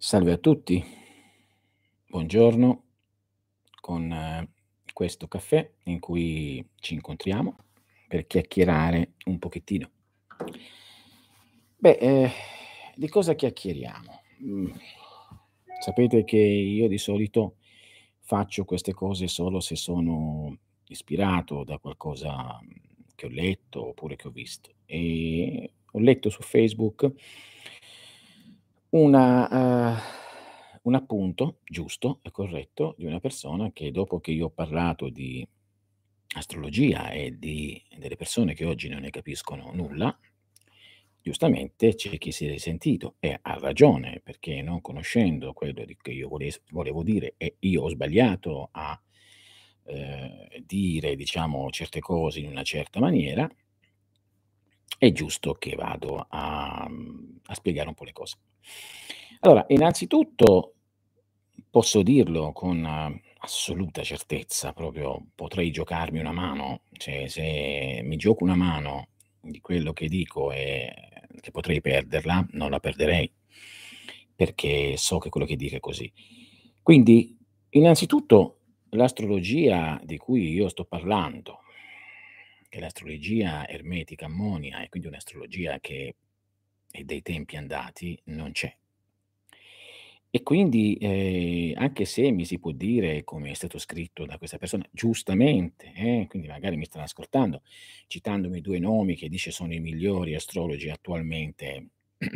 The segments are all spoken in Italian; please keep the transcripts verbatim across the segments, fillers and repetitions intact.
Salve a tutti, buongiorno con eh, questo caffè in cui ci incontriamo per chiacchierare un pochettino. Beh, ehm, di cosa chiacchieriamo? Mhmm, Sapete che io di solito faccio queste cose solo se sono ispirato da qualcosa, mhmm, che ho letto oppure che ho visto. E ho letto su Facebook una uhm, un appunto giusto e corretto di una persona che dopo che io ho parlato di astrologia e di delle persone che oggi non ne capiscono nulla, giustamente c'è chi si è risentito e ha ragione, perché non conoscendo quello di che io voles volevo dire e io ho sbagliato a, ehm, dire diciamo certe cose in una certa maniera, è giusto che vado a mhmm, a spiegare un po' le cose. Allora, innanzitutto posso dirlo con eh, assoluta certezza, proprio potrei giocarmi una mano, cioè se mi gioco una mano di quello che dico e che potrei perderla, non la perderei, perché so che quello che dico è così. Quindi, innanzitutto, l'astrologia di cui io sto parlando, che è l'astrologia ermetica ammonia e quindi un'astrologia che è dei tempi andati, non c'è. E quindi, ehm, anche se mi si può dire, come è stato scritto da questa persona, giustamente, eh, quindi magari mi stanno ascoltando, citandomi due nomi che dice sono i migliori astrologi attualmente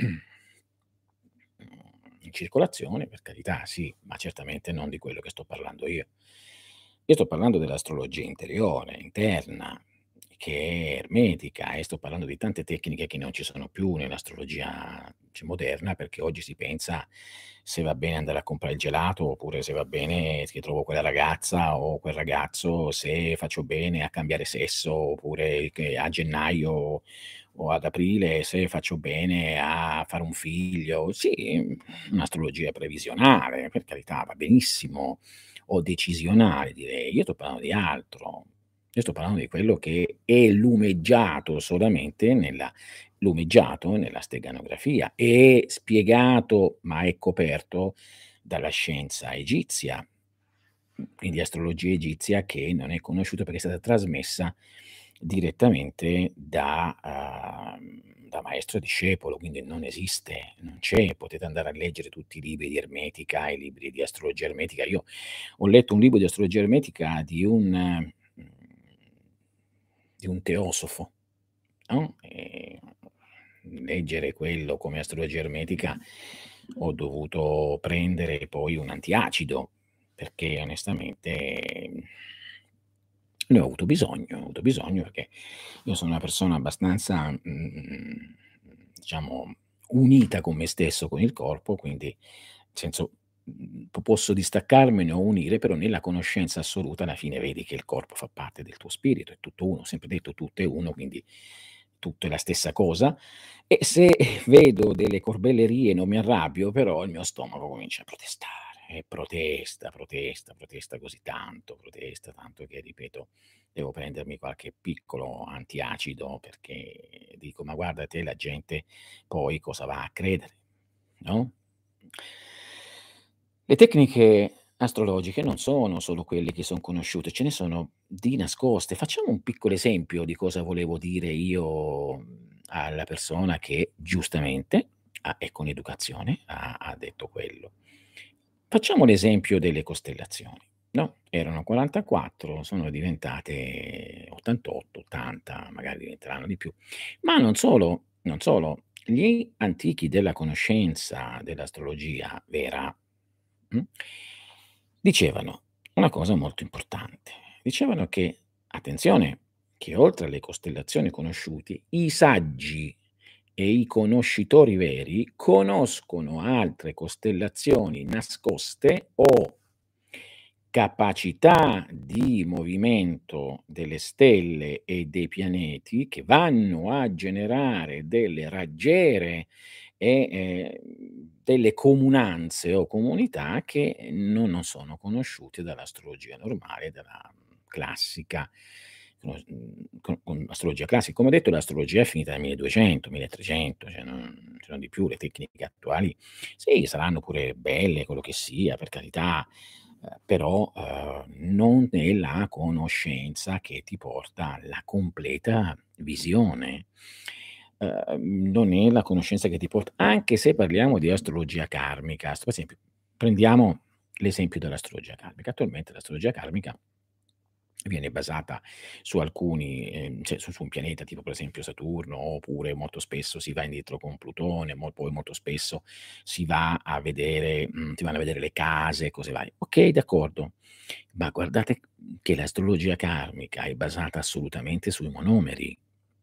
in circolazione, per carità sì, ma certamente non di quello che sto parlando io. Io sto parlando dell'astrologia interiore, interna, che è ermetica e sto parlando di tante tecniche che non ci sono più nell'astrologia, cioè, moderna, perché oggi si pensa se va bene andare a comprare il gelato, oppure se va bene che trovo quella ragazza o quel ragazzo, se faccio bene a cambiare sesso, oppure che a gennaio o ad aprile se faccio bene a fare un figlio. Sì, un'astrologia previsionale, per carità, va benissimo, o decisionale direi. Io sto parlando di altro. Io sto parlando di quello che è lumeggiato solamente nella lumeggiato nella steganografia e spiegato, ma è coperto dalla scienza egizia, quindi astrologia egizia che non è conosciuta perché è stata trasmessa direttamente da uhm, da maestro a discepolo, quindi non esiste, non c'è. Potete andare a leggere tutti i libri di ermetica, i libri di astrologia ermetica. Io ho letto un libro di astrologia ermetica di un mhmm, di un teosofo, no, ehm, leggere quello come astrologia ermetica ho dovuto prendere poi un antiacido, perché onestamente, mhmm, ne ho avuto bisogno, ho avuto bisogno perché io sono una persona abbastanza, mhmm, diciamo unita con me stesso, con il corpo, quindi nel senso, mhmm, po posso distaccarmene o unire, però nella conoscenza assoluta alla fine vedi che il corpo fa parte del tuo spirito, è tutto uno, ho sempre detto tutto è uno, quindi tutto è la stessa cosa, e se vedo delle corbellerie non mi arrabbio, però il mio stomaco comincia a protestare e protesta, protesta, protesta così tanto, protesta tanto che ripeto, devo prendermi qualche piccolo antiacido perché dico: "Ma guarda te la gente poi cosa va a credere", no? Le tecniche astrologiche non sono solo quelle che son conosciute, ce ne sono di nascoste. Facciamo un piccolo esempio di cosa volevo dire io, mhmm, alla persona che giustamente ha e con educazione ha ha detto quello. Facciamo l'esempio delle costellazioni, no, erano quarantaquattro, sono diventate ottantotto, ottanta, magari diventeranno di più. Ma non solo, non solo, gli antichi della conoscenza dell'astrologia vera, mh, dicevano una cosa molto importante. Dicevano che, attenzione, che oltre alle costellazioni conosciuti, i saggi e i conoscitori veri conoscono altre costellazioni nascoste o capacità di movimento delle stelle e dei pianeti che vanno a generare delle raggiere e, ehm, delle comunanze o comunità che non non sono conosciute dall'astrologia normale, dalla classica, conos mhmm, con con astrologia classica. Come ho detto l'astrologia è finita nel milleduecento, milletrecento, cioè non se non di più, le tecniche attuali, sì, saranno pure belle, quello che sia, per carità, ehm, però, uhm, non è la conoscenza che ti porta alla completa visione. Uhm, non è la conoscenza che ti porta anche se parliamo di astrologia karmica, sto per esempio, prendiamo l'esempio dell'astrologia karmica. Attualmente l'astrologia karmica viene basata su alcuni ehm, cioè su su un pianeta tipo per esempio Saturno, oppure molto spesso si va indietro con Plutone, mo poi molto spesso si va a vedere mhmm, si vanno a vedere le case, cose varie. Okay, d'accordo, ma guardate che l'astrologia karmica è basata assolutamente sui monomeri.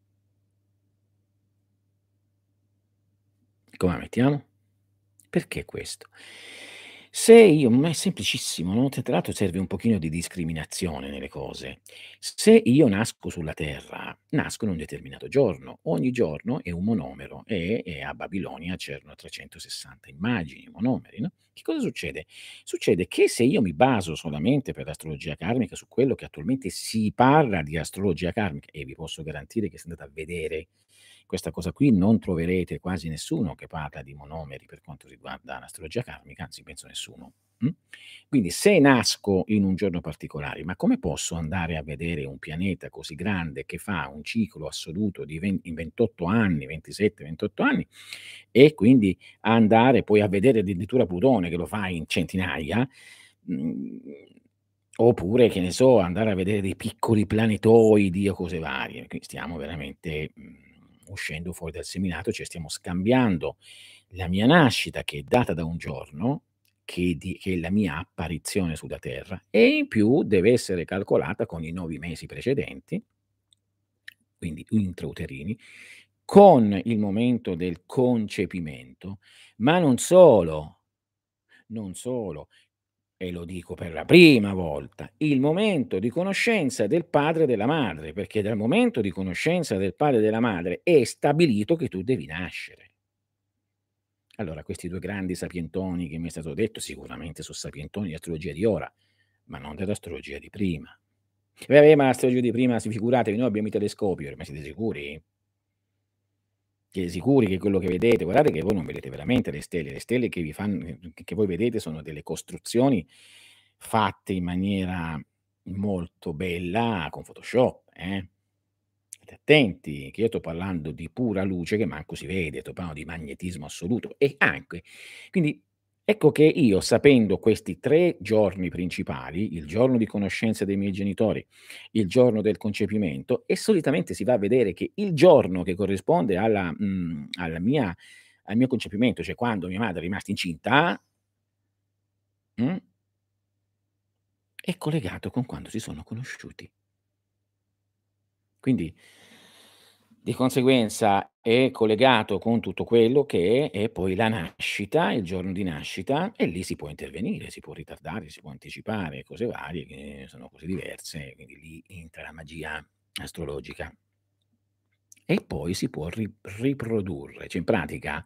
Come la mettiamo? Perché questo? Se io ma è semplicissimo, no, t tra l'altro serve un pochino di discriminazione nelle cose. Se io nasco sulla Terra, nasco in un determinato giorno, ogni giorno è un monomero e e a Babilonia c'erano trecentosessanta immagini, monomeri, no, che cosa succede? Succede che se io mi baso solamente per l'astrologia karmica su quello che attualmente si parla di astrologia karmica, e vi posso garantire che se andate a vedere questa cosa qui non troverete quasi nessuno che parla di monomeri per quanto riguarda l'astrologia karmica, anzi penso nessuno, mh. Quindi se nasco in un giorno particolare, ma come posso andare a vedere un pianeta così grande che fa un ciclo assoluto di ven in ventotto anni, ventisette, ventotto anni, e quindi andare poi a vedere addirittura Plutone che lo fa in centinaia, mhmm, oppure che ne so, andare a vedere dei piccoli planetoidi o cose varie. Qui stiamo veramente, mhmm, uscendo fuori dal seminato, cioè stiamo scambiando la mia nascita, che è data da un giorno, che di che è la mia apparizione sulla Terra, e in più deve essere calcolata con i nove mesi precedenti, quindi intrauterini, con il momento del concepimento, ma non solo, non solo, e lo dico per la prima volta, il momento di conoscenza del padre e della madre, perché dal momento di conoscenza del padre e della madre è stabilito che tu devi nascere. Allora questi due grandi sapientoni che mi è stato detto, sicuramente so' sapientoni di astrologia di ora, ma non dell'astrologia di prima. Eh vabbè, ma l'astrologia di prima si figuratevi, noi abbiamo i telescopi, ma siete sicuri? Siete sicuri che quello che vedete, guardate che voi non vedete veramente le stelle, le stelle che vi fanno che che voi vedete sono delle costruzioni fatte in maniera molto bella con Photoshop, eh. State attenti, che io sto parlando di pura luce che manco si vede, sto parlando di magnetismo assoluto e anche quindi ecco che io sapendo questi tre giorni principali, il giorno di conoscenza dei miei genitori, il giorno del concepimento e solitamente si va a vedere che il giorno che corrisponde alla mhmm, alla mia al mio concepimento, cioè quando mia madre è rimasta incinta, mh, è collegato con quando si sono conosciuti. Quindi, di conseguenza è collegato con tutto quello che è poi la nascita, il giorno di nascita e lì si può intervenire, si può ritardare, si può anticipare, cose varie che sono cose diverse, quindi lì entra la magia astrologica. E poi si può ri riprodurre, cioè in pratica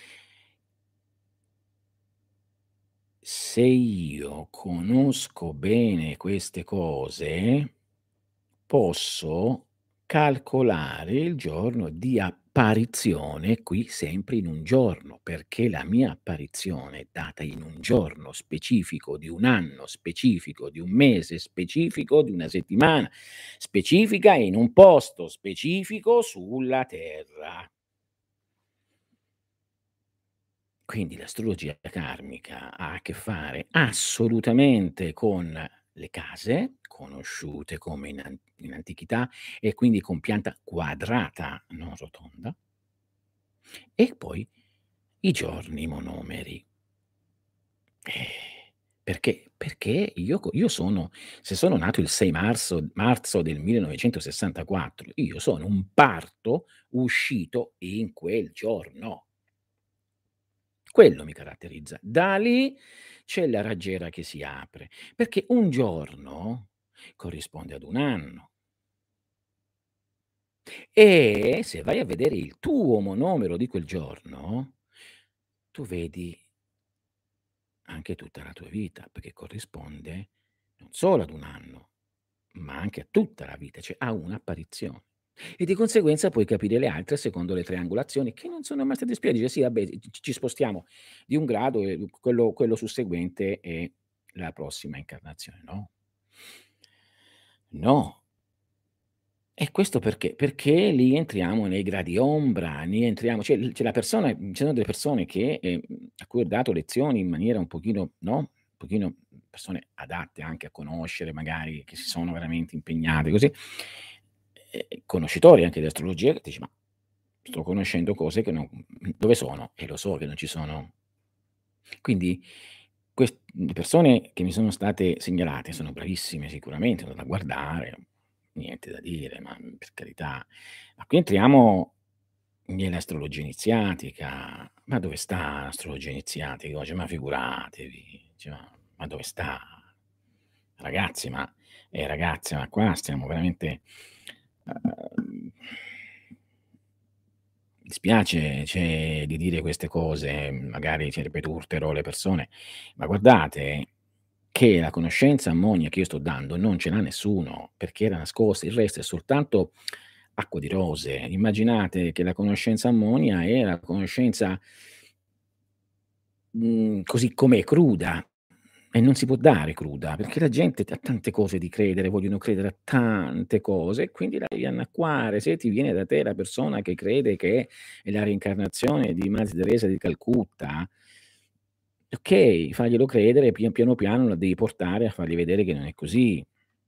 se io conosco bene queste cose, posso calcolare il giorno di apparizione qui sempre in un giorno, perché la mia apparizione è data in un giorno specifico, di un anno specifico, di un mese specifico, di una settimana specifica e in un posto specifico sulla Terra. Quindi l'astrologia karmica ha a che fare assolutamente con le case, conosciute come in an in antichità, e quindi con pianta quadrata, non rotonda, e poi i giorni monomeri. Eh, perché perché io co io sono se sono nato il sei marzo marzo del millenovecentosessantaquattro, io sono un parto uscito in quel giorno. Quello mi caratterizza. Da lì c'è la raggiera che si apre, perché un giorno corrisponde ad un anno e se vai a vedere il tuo monomero di quel giorno, tu vedi anche tutta la tua vita, perché corrisponde non solo ad un anno, ma anche a tutta la vita, cioè a un'apparizione. E di conseguenza puoi capire le altre secondo le triangolazioni che non sono mai state spie dice: "Sì vabbè ci ci spostiamo di un grado e quello quello susseguente è la prossima incarnazione." No. No. E questo perché? Perché lì entriamo nei gradi ombra, lì entriamo cioè l cioè la persona ci sono delle persone che, ehm, a cui ho dato lezioni in maniera un pochino no, un pochino persone adatte anche a conoscere magari, che si sono veramente impegnate così, e conoscitori anche di astrologia, che dici: "Ma sto conoscendo cose che non mhmm, dove sono?" E lo so che non ci sono. Quindi quest le persone che mi sono state segnalate sono bravissime sicuramente, sono da guardare, niente da dire, ma, mhmm, per carità. Ma qui entriamo nell'astrologia iniziatica. Ma dove sta l'astrologia iniziatica oggi? Ma figuratevi, cioè ma ma dove sta? Ragazzi, ma eh, ragazze, ma qua stiamo veramente uhm mi spiace cioè di dire queste cose, magari cioè per urterò le persone, ma guardate che la conoscenza ammonia che io sto dando non ce l'ha nessuno, perché era nascosta, il resto è soltanto acqua di rose. Immaginate che la conoscenza ammonia è la conoscenza mhmm, così com'è, cruda, e non si può dare cruda, perché la gente t ha tante cose di credere, vogliono credere a tante cose e quindi la devi annacquare. Se ti viene da te la persona che crede che è la reincarnazione di Madre Teresa di Calcutta okay, faglielo credere, pia piano piano la devi portare a fargli vedere che non è così.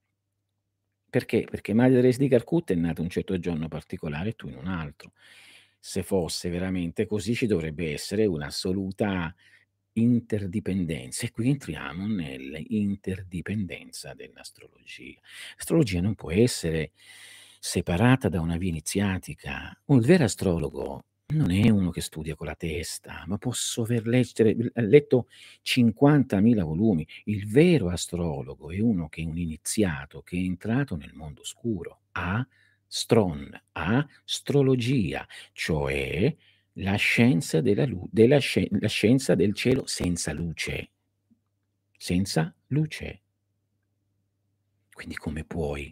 Perché? Perché Madre Teresa di Calcutta è nata un certo giorno particolare e tu in un altro. Se fosse veramente così ci dovrebbe essere un'assoluta interdipendenza e qui entriamo nell'interdipendenza dell'astrologia. L'astrologia non può essere separata da una via iniziatica. Un vero astrologo non è uno che studia con la testa, ma posso aver lettere l letto cinquantamila volumi. Il vero astrologo è uno che è un iniziato, che è entrato nel mondo oscuro, astron, astrologia, cioè la scienza della lu della scie la scienza del cielo senza luce. Senza luce. Quindi come puoi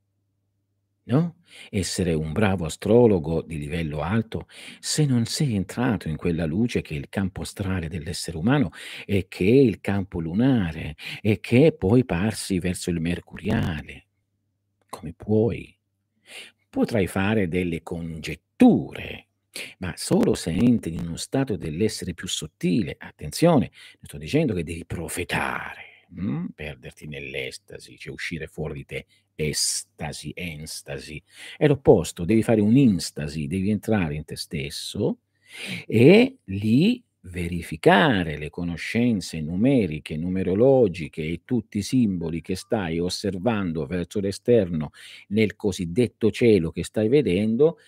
no, essere un bravo astrologo di livello alto se non sei entrato in quella luce che è il campo astrale dell'essere umano e che è il campo lunare e che poi passi verso il mercuriale. Come puoi? Potrai fare delle congetture, ma solo se entri in uno stato dell'essere più sottile. Attenzione, non sto dicendo che devi profetare, mh, perderti nell'estasi, cioè uscire fuori di te, estasi, enstasi. È l'opposto, devi fare un'instasi, devi entrare in te stesso e lì verificare le conoscenze numeriche, numerologiche e tutti i simboli che stai osservando verso l'esterno nel cosiddetto cielo che stai vedendo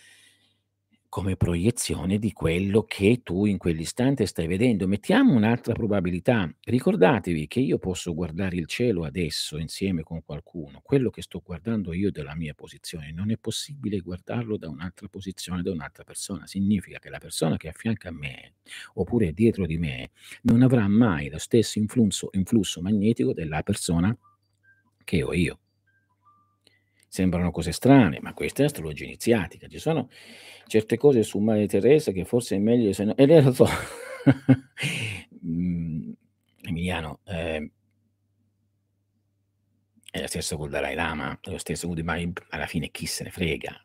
come proiezione di quello che tu in quell'istante stai vedendo. Mettiamo un'altra probabilità: ricordatevi che io posso guardare il cielo adesso insieme con qualcuno, quello che sto guardando io dalla mia posizione, non è possibile guardarlo da un'altra posizione, da un'altra persona. Significa che la persona che è a fianco a me, oppure dietro di me, non avrà mai lo stesso influnso influsso magnetico della persona che ho io. Sembrano cose strane, ma questa è astrologia iniziatica. Ci sono certe cose su Madre Teresa che forse è meglio se no eh beh lo so. Mhmm, Emiliano, ehm è la stessa col Dalai Lama, è lo stesso con alla fine chi se ne frega.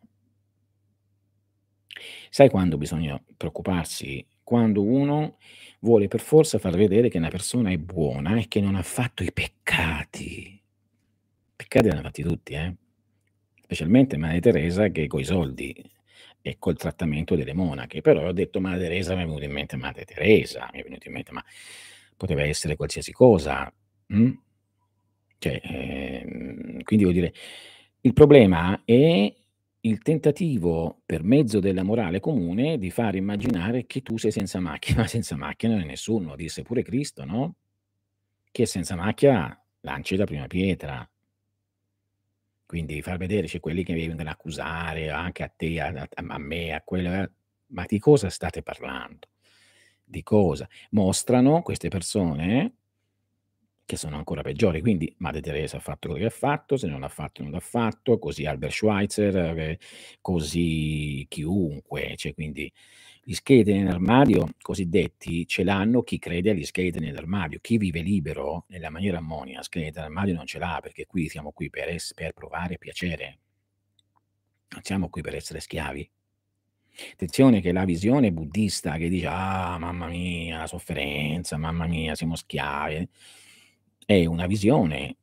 Sai quando bisogna preoccuparsi? Quando uno vuole per forza far vedere che una persona è buona e che non ha fatto i peccati. Peccati ne ha fatti tutti, eh, specialmente Madre Teresa che coi soldi e col trattamento delle monache. Però ho detto Madre Teresa, m'è venuto in mente Madre Teresa, mi è venuto in mente, ma poteva essere qualsiasi cosa, mh? Cioè, ehm, quindi voglio dire, il problema è il tentativo, per mezzo della morale comune, di far immaginare che tu sei senza macchia, ma senza macchia non è nessuno, lo disse pure Cristo, no, chi è senza macchia lanci la prima pietra. Quindi far vedere c'è quelli che mi vengono ad accusare anche a te, a a a me, a quello eh, ma di cosa state parlando? Di cosa? Mostrano queste persone che sono ancora peggiori. Quindi Madre Teresa ha fatto quello che ha fatto, se non l'ha fatto non l'ha fatto, così Albert Schweitzer, ehm, così chiunque, cioè quindi gli scheletri nell'armadio cosiddetti ce l'hanno chi crede agli scheletri nell'armadio. Chi vive libero nella maniera armonica, scheletri nell'armadio non ce l'ha, perché qui siamo qui per ess per provare piacere. Non siamo qui per essere schiavi. Attenzione che la visione buddista che dice: "Ah, mamma mia, la sofferenza, mamma mia, siamo schiavi", è una visione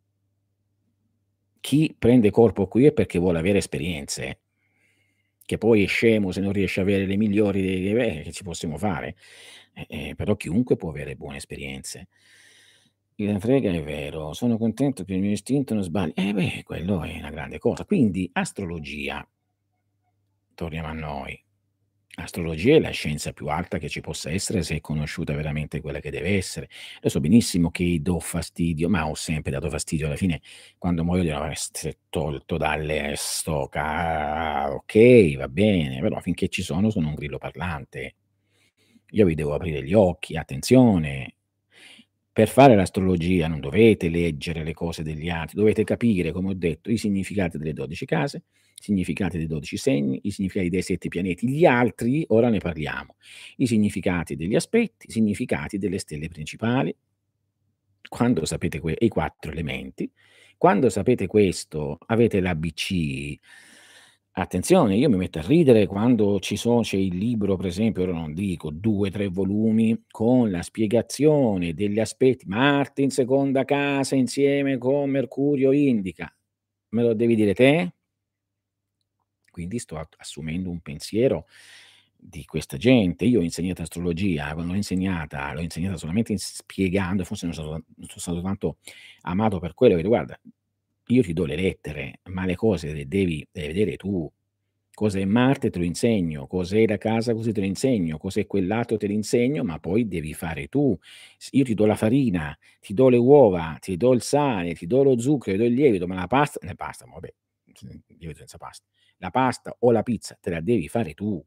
chi prende corpo qui è perché vuole avere esperienze, che poi è scemo se non riesce a avere le migliori de eh, che ci possiamo fare? Eh, eh, però chiunque può avere buone esperienze. Chi se ne frega è vero, sono contento che il mio istinto non sbagli. Eh beh, quello è una grande cosa. Quindi astrologia, torniamo a noi. Astrologia è la scienza più alta che ci possa essere se è conosciuta veramente quella che deve essere. Lo so benissimo che do fastidio, ma ho sempre dato fastidio alla fine quando muoio di non aver s tolto dalle sto ca okay, va bene, però finché ci sono, sono un grillo parlante. Io vi devo aprire gli occhi, attenzione. Per fare l'astrologia non dovete leggere le cose degli altri, dovete capire, come ho detto, i significati delle dodici case, i significati dei dodici segni, i significati dei sette pianeti. Gli altri ora ne parliamo. I significati degli aspetti, i significati delle stelle principali. Quando sapete que e i quattro elementi. Quando sapete questo, avete l'A B C. Attenzione, io mi metto a ridere quando ci so c'è il libro, per esempio, ora non dico due, tre volumi, con la spiegazione degli aspetti Marte in seconda casa insieme con Mercurio indica. Me lo devi dire te? Quindi sto a assumendo un pensiero di questa gente. Io ho insegnato astrologia, quando l'ho insegnata, l'ho insegnata solamente in spiegando, forse non sono non sono stato tanto amato per quello, che guarda, io ti do le lettere, ma le cose le devi devi vedere tu. Cos'è Marte te lo insegno, cos'è la casa così te lo insegno, cos'è quel lato te l'insegno, ma poi devi fare tu. S io ti do la farina, ti do le uova, ti do il sale, ti do lo zucchero, ti do il lievito, ma la pasta la pasta vabbè, il lievito senza pasta. La pasta o la pizza te la devi fare tu,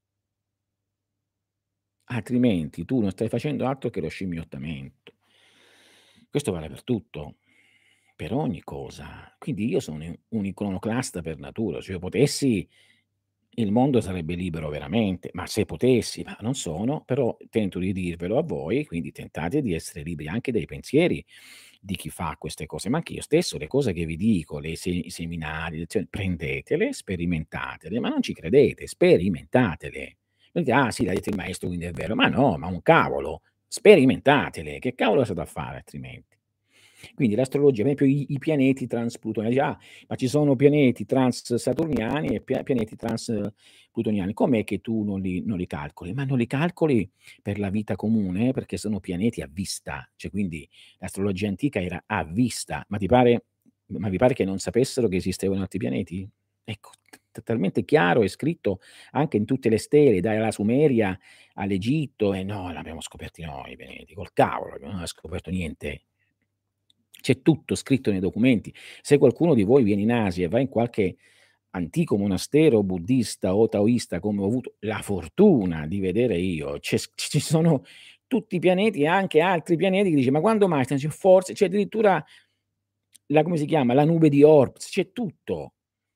altrimenti tu non stai facendo altro che lo scimmiottamente. Questo vale per tutto, per ogni cosa. Quindi io sono un un iconoclasta per natura, se io potessi il mondo sarebbe libero veramente, ma se potessi, ma non sono, però tento di dirvelo a voi, quindi tentate di essere liberi anche dai pensieri di chi fa queste cose, ma anche io stesso le cose che vi dico, le se i seminari, le lezioni, prendetele, sperimentatele, ma non ci credete, sperimentatele. Non dite: "Ah sì, l'ha detto il maestro, quindi è vero." Ma no, ma un cavolo, sperimentatele, che cavolo state a fare altrimenti? Quindi l'astrologia, per esempio i i pianeti transplutoniani, dice: "Ah, ma ci sono pianeti transsaturniani e pia pianeti transplutoniani. Com'è che tu non li non li calcoli?" Ma non li calcoli per la vita comune, perché sono pianeti a vista, cioè quindi l'astrologia antica era a vista. Ma ti pare ma vi pare che non sapessero che esistevano altri pianeti? Ecco, t talmente chiaro, è scritto anche in tutte le stele, dalla Sumeria all'Egitto, e no, l'abbiamo scoperti noi i pianeti, col cavolo, non ha scoperto niente. C'è tutto scritto nei documenti. Se qualcuno di voi viene in Asia e va in qualche antico monastero buddista o taoista, come ho avuto la fortuna di vedere io, c'è s ci sono tutti i pianeti e anche altri pianeti che dici: "Ma quando mai?" Dice: "Forse", c'è addirittura la come si chiama, la nube di Oort, c'è tutto.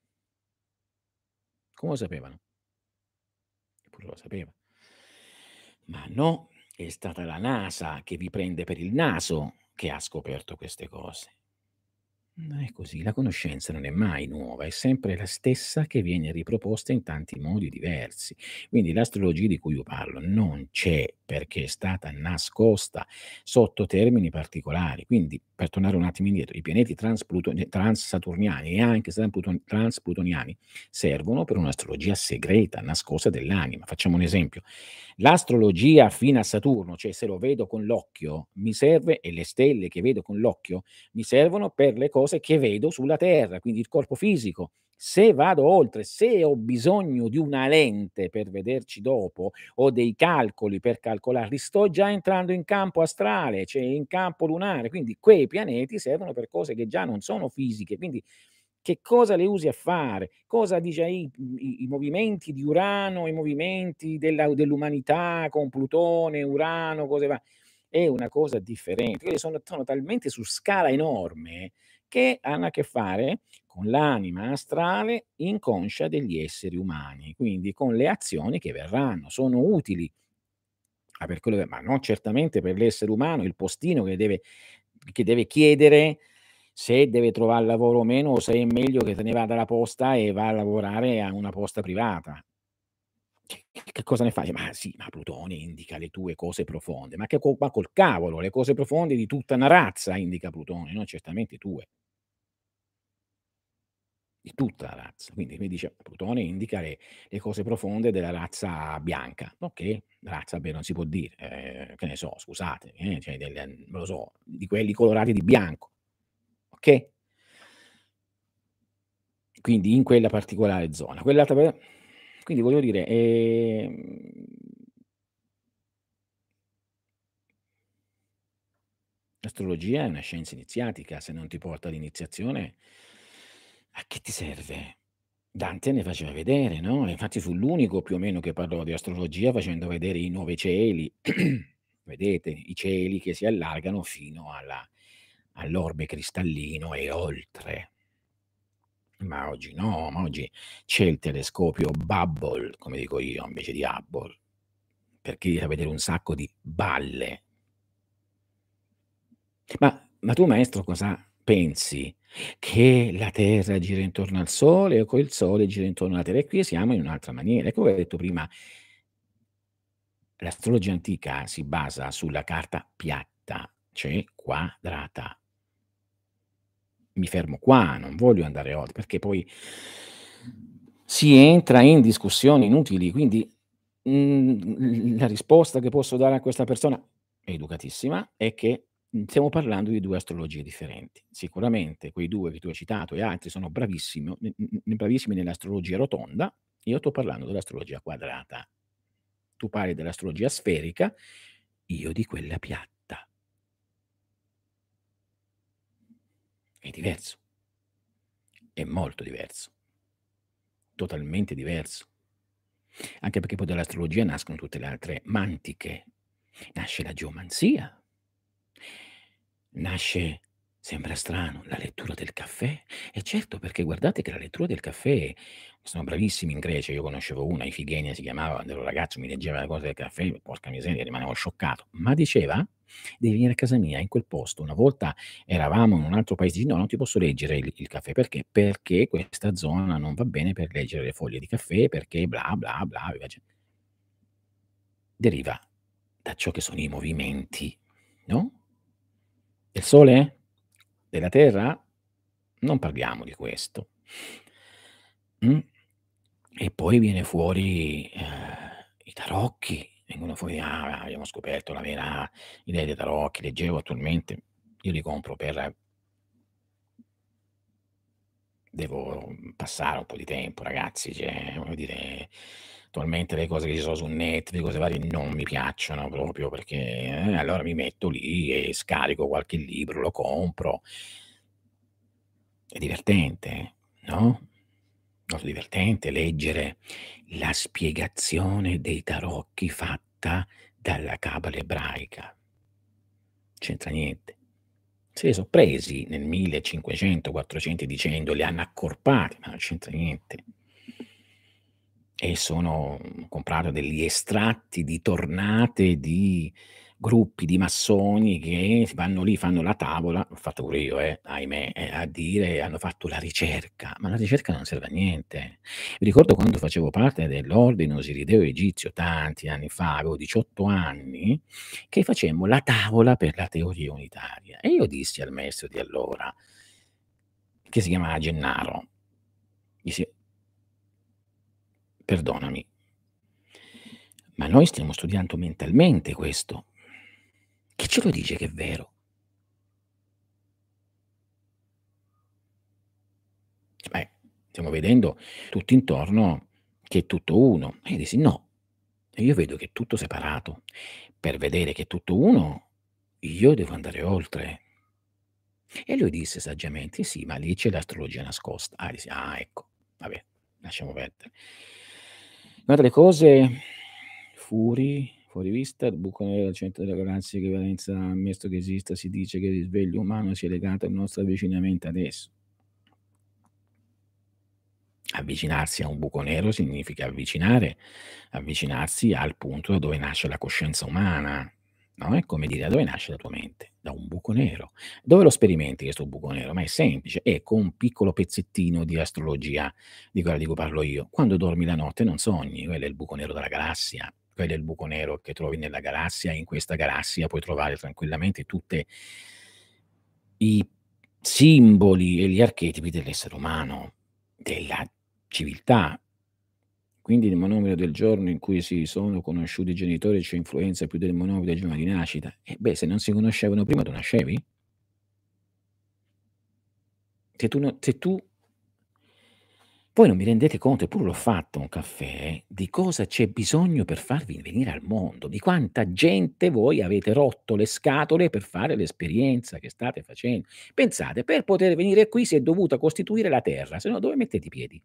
Come lo sapevano? Eppure lo sapeva. Ma no, è stata la NASA che vi prende per il naso che ha scoperto queste cose. Non è così, la conoscenza non è mai nuova, è sempre la stessa che viene riproposta in tanti modi diversi. Quindi l'astrologia di cui io parlo non c'è perché è stata nascosta sotto termini particolari. Quindi, per tornare un attimo indietro, i pianeti transpluto transsaturniani e anche transpluton transplutoniani servono per un'astrologia segreta, nascosta dell'anima. Facciamo un esempio: l'astrologia fino a Saturno, cioè se lo vedo con l'occhio, mi serve, e le stelle che vedo con l'occhio mi servono per le cose che vedo sulla Terra, quindi il corpo fisico. Se vado oltre, se ho bisogno di una lente per vederci dopo o dei calcoli per calcolarli, sto già entrando in campo astrale, cioè in campo lunare, quindi quei pianeti servono per cose che già non sono fisiche, quindi che cosa le usi a fare? Cosa dice ai i i movimenti di Urano, i movimenti della dell'umanità con Plutone, Urano, cose va è una cosa differente. Quindi sono sono talmente su scala enorme che hanno a che fare con l'anima astrale inconscia degli esseri umani, quindi con le azioni che verranno. Sono utili Ah, per quello che ma non certamente per l'essere umano, il postino che deve che deve chiedere se deve trovar lavoro o meno, o se è meglio che se ne vada alla posta e va a lavorare a una posta privata. Che che che cosa ne fai? "Ma sì, ma Plutone indica le tue cose profonde." Ma che co ma col cavolo, le cose profonde di tutta una razza indica Plutone, non certamente tue. Di tutta la razza. Quindi mi dice Plutone indica le le cose profonde della razza bianca. Okay, razza beh, non si può dire, ehm, che ne so, scusate, eh, cioè del non lo so, di quelli colorati di bianco, okay? Quindi in quella particolare zona. Quell'altra pe quindi voglio dire, ehm l'astrologia è una scienza iniziatica, se non ti porta all'iniziazione a che ti serve? Dante ne faceva vedere, no, e infatti fu l'unico più o meno che parlò di astrologia facendo vedere i nove cieli. Vedete, i cieli che si allargano fino alla all'orbe cristallino e oltre. Ma oggi no, ma oggi c'è il telescopio Bubble, come dico io, invece di Hubble, perché ti fa vedere un sacco di balle. Ma ma tu maestro cosa pensi? Che la Terra gira intorno al Sole o che il Sole gira intorno alla Terra? E qui siamo in un'altra maniera. Ecco, come ho detto prima, l'astrologia antica si basa sulla carta piatta, cioè quadrata. Mi fermo qua, non voglio andare oltre, perché poi si entra in discussioni inutili. Quindi, mhmm, l la risposta che posso dare a questa persona educatissima è che, mhmm, stiamo parlando di due astrologie differenti. Sicuramente quei due che tu hai citato e altri sono bravissimo ne n n bravissimi nell'astrologia rotonda, io sto parlando dell'astrologia quadrata. Tu parli dell'astrologia sferica, io di quella piatta. È diverso, è molto diverso, totalmente diverso. Anche perché poi dall'astrologia nascono tutte le altre mantiche. Nasce la geomanzia, nasce, sembra strano, la lettura del caffè. E certo, perché guardate che la lettura del caffè sono bravissimi in Grecia, io conoscevo una, Ifigenia si chiamava, quando ero ragazzo mi leggeva le cose del caffè, porca miseria, rimanevo scioccato. Ma diceva: "Devi venire a casa mia, in quel posto." Una volta eravamo in un altro paese, dice: "No, non ti posso leggere il il caffè." "Perché?" "Perché questa zona non va bene per leggere le foglie di caffè, perché bla, bla, bla." Deriva da ciò che sono i movimenti, no, del Sole? Della Terra? Non parliamo di questo. Mh? E poi viene fuori, ehm, i tarocchi, vengono fuori: "Ah, abbiamo scoperto la vera idea dei tarocchi." Leggevo attualmente, io li compro per devo, mhmm, passare un po' di tempo ragazzi, cioè voglio dire, attualmente le cose che ci sono su Netflix, cose varie, non mi piacciono proprio perché eh, allora mi metto lì e scarico qualche libro, lo compro. È divertente, no, molto divertente leggere la spiegazione dei tarocchi fatta dalla cabala ebraica. C'entra niente. Se li so' presi nel millecinquecento, quattrocento dicendo li hanno accorpati, ma non c'entra niente. E sono mhmm, comprato degli estratti di tornate di gruppi di massoni che s vanno lì, fanno la tavola, l'ho fatto pure io eh, ahimè, eh, a dire hanno fatto la ricerca, ma la ricerca non serve a niente. Mi ricordo quando facevo parte dell'ordine Osirideo Egizio tanti anni fa, avevo diciotto anni, che facemmo la tavola per la teoria unitaria e io dissi al maestro di allora, che si chiamava Gennaro, dissi: "Perdonami, ma noi stiamo studiando mentalmente questo. Chi ce lo dice che è vero?" "Beh, stiamo vedendo tutto intorno che è tutto uno." E io dissi: "No, io vedo che è tutto separato. Per vedere che è tutto uno, io devo andare oltre." E lui disse saggiamente: "Sì, ma lì c'è l'astrologia nascosta." Ah, dissi: "Ah, ecco, vabbè, lasciamo perdere." Una delle cose furi Fuori vista, il buco nero al centro della galassia, equivalenza, ammesso che esista, si dice che il risveglio umano sia legato al nostro avvicinamento ad esso. Avvicinarsi a un buco nero significa avvicinare avvicinarsi al punto da dove nasce la coscienza umana, no, è come dire: da dove nasce la tua mente? Da un buco nero. Dove lo sperimenti questo buco nero? Ma è semplice, è con un piccolo pezzettino di astrologia di quella di cui parlo io. Quando dormi la notte non sogni, quello è il buco nero della galassia, quello è il buco nero che trovi nella galassia e in questa galassia puoi trovare tranquillamente tutte i simboli e gli archetipi dell'essere umano, della civiltà. Quindi il monomero del giorno in cui si sono conosciuti i genitori c'è influenza più del monomero del giorno di nascita. Eh beh, se non si conoscevano prima tu nascevi? Se tu no se tu Voi non vi rendete conto, eppure l'ho fatto un caffè, di cosa c'è bisogno per farvi venire al mondo, di quanta gente voi avete rotto le scatole per fare l'esperienza che state facendo. Pensate, per poter venire qui si è dovuta costituire la terra, se no dove mettete i piedi?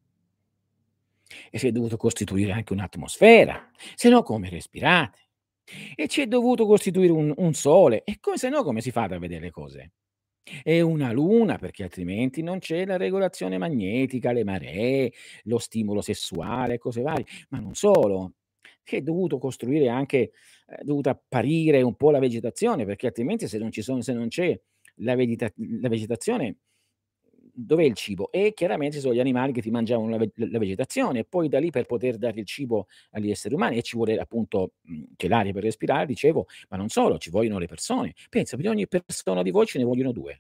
E si è dovuto costituire anche un'atmosfera, se no come respirate? E ci è dovuto costituire un un sole, e come se no come si fate a vedere le cose? E una luna, perché altrimenti non c'è la regolazione magnetica, le maree, lo stimolo sessuale, cose varie. Ma non solo, si è dovuto costruire anche è dovuta apparire un po' la vegetazione, perché altrimenti se non ci sono se non c'è la vegeta la vegetazione, dov'è il cibo? E chiaramente ci sono gli animali che ti mangiavano la ve la vegetazione, e poi da lì per poter dare il cibo agli esseri umani e ci vuole appunto, mhmm, che l'aria per respirare dicevo, ma non solo, ci vogliono le persone. Pensa, per ogni persona di voi ce ne vogliono due.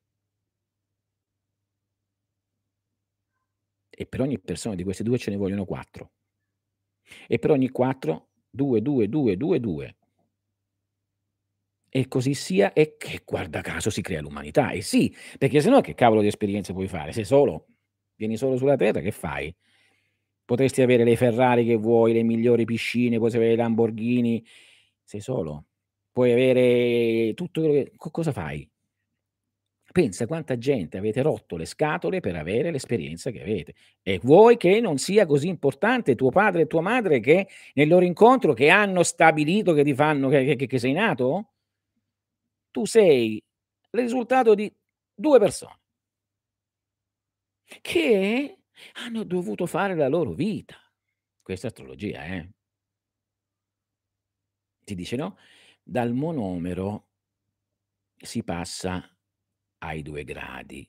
E per ogni persona di queste due ce ne vogliono quattro. E per ogni quattro due, due, due, due, due. E così sia, e che guarda caso si crea l'umanità. Eh sì, perché se no che cavolo di esperienze puoi fare? Sei solo, vieni solo sulla terra, che fai? Potresti avere le Ferrari che vuoi, le migliori piscine, potresti avere i Lamborghini, sei solo. Puoi avere tutto quello che co cosa fai? Pensa quanta gente avete rotto le scatole per avere l'esperienza che avete. E vuoi che non sia così importante tuo padre e tua madre, che nel loro incontro, che hanno stabilito che ti fanno che che che sei nato? Tu sei il risultato di due persone che hanno dovuto fare la loro vita. Questa è astrologia, eh. Ti dice, no, dal monomero si passa ai due gradi.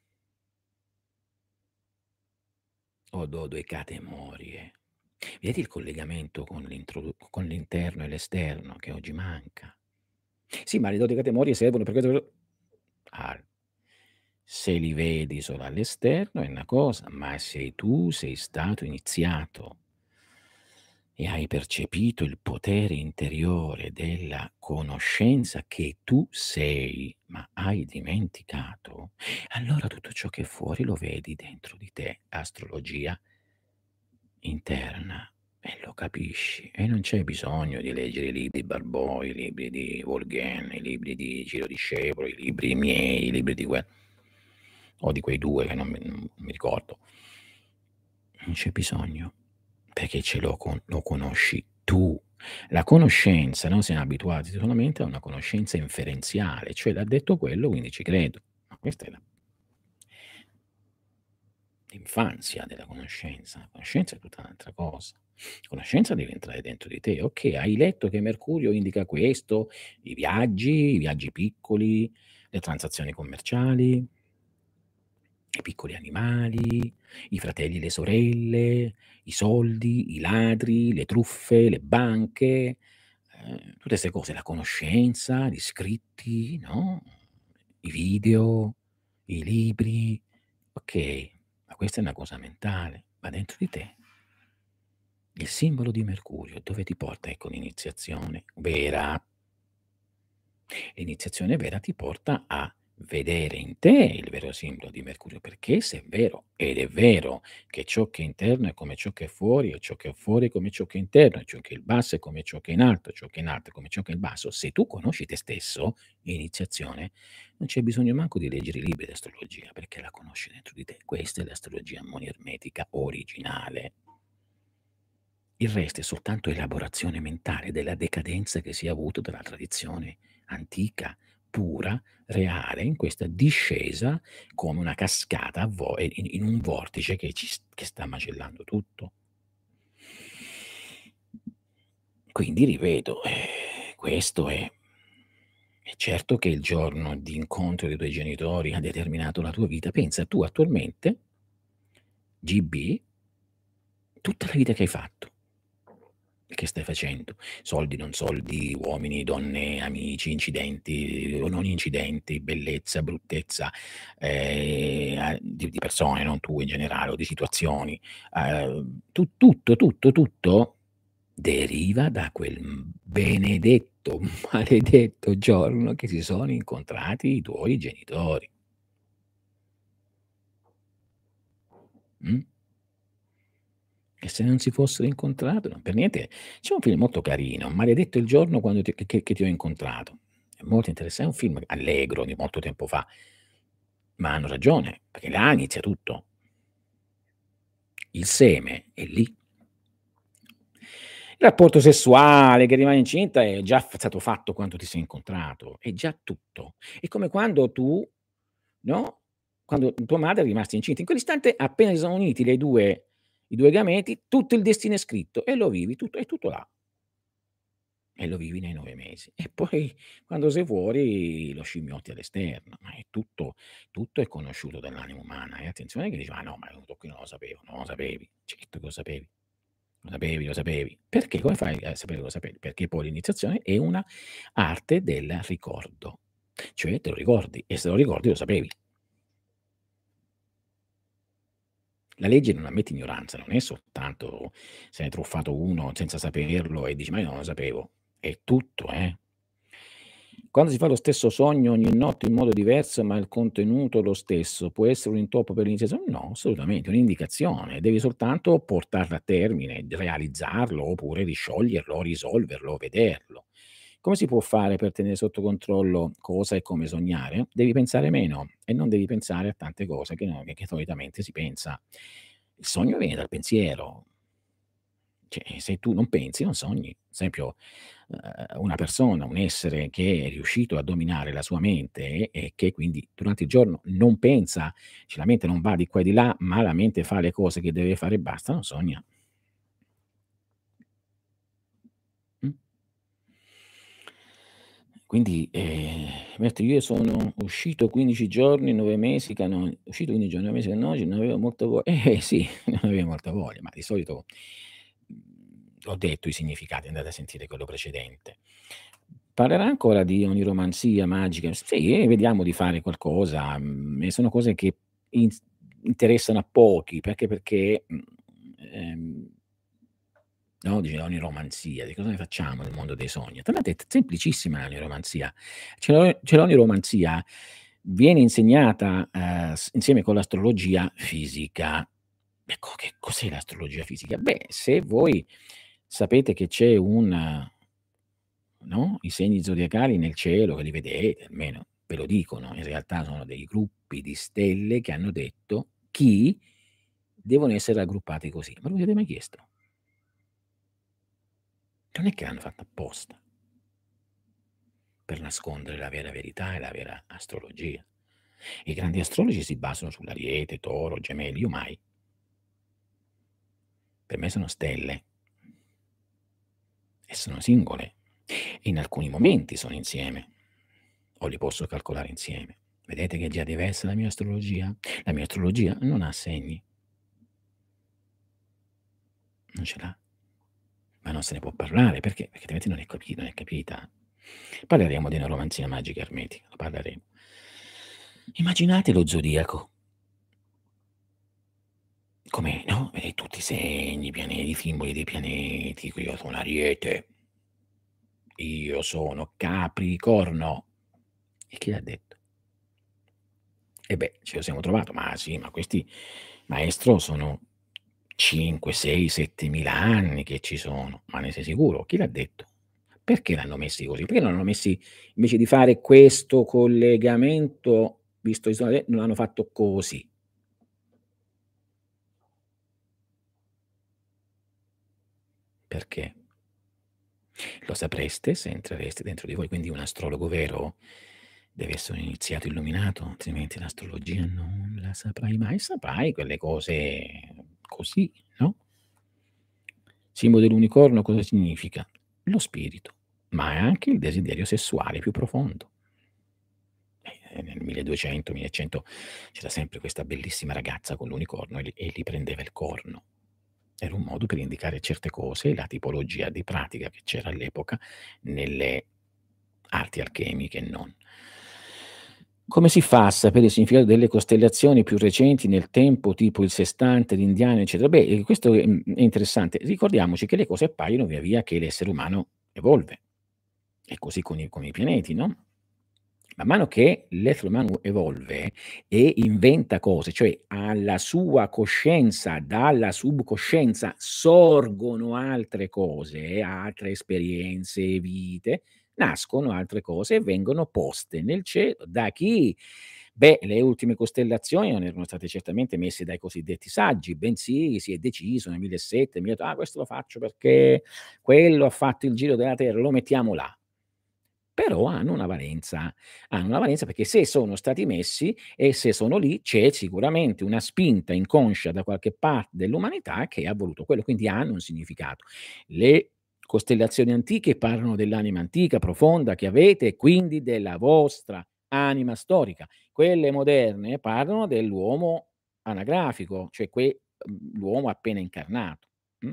O dodecatemorie. Vedete il collegamento con l'introdu con l'interno e l'esterno che oggi manca? Sì, ma le dodecatemorie servono per questo ah, se li vedi solo all'esterno è una cosa, ma se tu sei stato iniziato e hai percepito il potere interiore della conoscenza che tu sei, ma hai dimenticato, allora tutto ciò che è fuori lo vedi dentro di te. Astrologia interna, e lo capisci, e non c'è bisogno di leggere i libri di Barbò, i libri di Volgen, i libri di Ciro Discepolo, i libri miei, i libri di que o di quei due che non mi non mi ricordo. Non c'è bisogno, perché ce lo con lo conosci tu. La conoscenza, noi siamo abituati solamente a una conoscenza inferenziale, cioè l'ha detto quello quindi ci credo. Ma questa è la l'infanzia della conoscenza. La conoscenza è tutta un'altra cosa. Conoscenza deve entrare dentro di te. Okay, hai letto che Mercurio indica questo, i viaggi, i viaggi piccoli, le transazioni commerciali, i piccoli animali, i fratelli e le sorelle, i soldi, i ladri, le truffe, le banche, ehm, tutte 'ste cose, la conoscenza, gli scritti, no, i video, i libri. Okay, ma questa è una cosa mentale, ma dentro di te. Il simbolo di Mercurio dove ti porta? Ecco, l'iniziazione vera. L'iniziazione vera ti porta a vedere in te il vero simbolo di Mercurio, perché se è vero, ed è vero, che ciò che è interno è come ciò che è fuori, e ciò che è fuori è come ciò che è interno, e ciò che è il basso è come ciò che è in alto, e ciò che è in alto è come ciò che è il basso. Se tu conosci te stesso, iniziazione, non c'è bisogno manco di leggere i libri di astrologia, perché la conosci dentro di te. Questa è l'astrologia monermetica originale. Il resto è soltanto elaborazione mentale della decadenza che si è avuto dalla tradizione antica, pura, reale, in questa discesa come una cascata a vo in in un vortice che ci s che sta macellando tutto. Quindi ripeto, ehm, questo è. È certo che il giorno di incontro dei tuoi genitori ha determinato la tua vita. Pensa tu attualmente, G B, tutta la vita che hai fatto, che stai facendo, soldi, non soldi, uomini, donne, amici, incidenti o non incidenti, bellezza, bruttezza, ehm, a di di persone, non tu in generale, o di situazioni, uhm, tu tutto, tutto, tutto deriva da quel, mhmm, benedetto, maledetto giorno che si sono incontrati i tuoi genitori, mh? E se non si fossero incontrato, no per niente c'è un film molto carino, Maledetto il giorno quando ti che che che ti ho incontrato. È molto interessa è un film allegro di molto tempo fa, ma hanno ragione, perché là inizia tutto. Il seme è lì. Il rapporto sessuale che rimane incinta è già f stato fatto quando ti sei incontrato, è già tutto. È come quando tu, no, quando tua madre è rimasta incinta, in quell'istante appena si sono uniti le due i due gameti, tutto il destino è scritto e lo vivi tutto è tutto là. E lo vivi nei nove mesi. E poi quando sei fuori lo scimmiotti all'esterno, ma è tutto tutto è conosciuto dall'anima umana. E attenzione che dici: "Ma no, ma è venuto qui non lo sapevo." Non lo sapevi. Certo che lo sapevi. Lo sapevi, lo sapevi. Perché? Come fai a sapere che lo sapevi? Perché poi l'iniziazione è una arte del ricordo. Cioè te lo ricordi e se lo ricordi lo sapevi. La legge non ammette ignoranza, non è soltanto se ne è truffato uno senza saperlo e dici: "Ma io non lo sapevo." È tutto, eh. Quando si fa lo stesso sogno ogni notte in modo diverso, ma il contenuto lo stesso, può essere un intoppo per l'iniziazione? No, assolutamente, è un'indicazione, devi soltanto portarlo a termine, realizzarlo oppure riscioglierlo, risolverlo, vederlo. Come si può fare per tenere sotto controllo cosa e come sognare? Devi pensare meno e non devi pensare a tante cose che no che che solitamente si pensa. Il sogno viene dal pensiero. Cioè, se tu non pensi, non sogni. Esempio, uhm, una persona, un essere che è riuscito a dominare la sua mente e e che quindi durante il giorno non pensa, cioè la mente non va di qua e di là, ma la mente fa le cose che deve fare e basta, non sogna. Mh. Quindi, ehm, Berto, io sono uscito quindici giorni, nove mesi cano uscito quindici giorni, nove mesi canonici, non avevo molta vo eh, sì, non avevo molta voglia, ma di solito, mhmm, ho detto i significati, andate a sentire quello precedente. Parlerà ancora di oniromanzia magica? Sì, vediamo di fare qualcosa, mhmm, e sono cose che ins interessano a pochi, perché perché, mhmm, ehm no, dice l'oniromanzia, di cosa ne facciamo nel mondo dei sogni? Tra l'altro è t semplicissima l'oniromanzia. Cioè l'o cioè l'oniromanzia viene insegnata, ehm, s insieme con l'astrologia fisica. Ecco, che cos'è l'astrologia fisica? Beh, se voi sapete che c'è un, no, i segni zodiacali nel cielo che li vedete, almeno ve lo dicono, in realtà sono dei gruppi di stelle che hanno detto chi devono essere raggruppati così. Ma ve lo siete mai chiesto? Non è che l'hanno fatto apposta per nascondere la vera verità e la vera astrologia. I grandi astrologi si basano sull'Ariete, Toro, Gemelli, io mai. Per me sono stelle e sono singole e in alcuni momenti sono insieme o li posso calcolare insieme. Vedete che è già diversa la mia astrologia? La mia astrologia non ha segni, non ce l'ha, ma non se ne può parlare perché? Perché altrimenti non è capi non è capita. Parleremo di una romanzina magica ermetica, lo parleremo. Immaginate lo zodiaco. Come, no, vedi tutti i segni, i pianeti, i simboli dei pianeti, qui io sono Ariete, io sono Capricorno. E chi l'ha detto? Eh beh, ce lo siamo trovato, ma sì, ma questi maestro sono cinque, sei, settemila anni che ci sono, ma ne sei sicuro? Chi l'ha detto? Perché l'hanno messi così? Perché non l'hanno messi invece di fare questo collegamento, visto che sono non l'hanno fatto così? Perché? Lo sapreste se entrereste dentro di voi, quindi un astrologo vero deve essere un iniziato illuminato, altrimenti l'astrologia non la saprai mai. Saprai quelle cose così, no? Simbolo dell'unicorno cosa significa? Lo spirito, ma è anche il desiderio sessuale più profondo. Eh, nel milleduecento, millecento c'era sempre questa bellissima ragazza con l'unicorno e gli e gli prendeva il corno. Era un modo per indicare certe cose, la tipologia di pratica che c'era all'epoca nelle arti alchemiche e non. Come si fa a sapere il significato delle costellazioni più recenti nel tempo, tipo il sestante, l'indiano, eccetera? Beh, ehm, questo è mhmm, è interessante. Ricordiamoci che le cose appaiono via via che l'essere umano evolve. E così con i con i pianeti, no? Man mano che l'essere umano evolve e inventa cose, cioè alla sua coscienza, dalla subcoscienza sorgono altre cose, altre esperienze, vite, nascono altre cose e vengono poste nel cielo da chi? Beh, le ultime costellazioni non erano state certamente messe dai cosiddetti saggi, bensì si è deciso nel millesettecento, mille "Ah, questo lo faccio perché quello ha fatto il giro della terra, lo mettiamo là." Però hanno una valenza, hanno una valenza perché se sono stati messi e se sono lì, c'è sicuramente una spinta inconscia da qualche parte dell'umanità che ha voluto quello, quindi hanno un significato. Le costellazioni antiche parlano dell'anima antica, profonda che avete e quindi della vostra anima storica. Quelle moderne parlano dell'uomo anagrafico, cioè que mhmm, l'uomo appena incarnato, mh?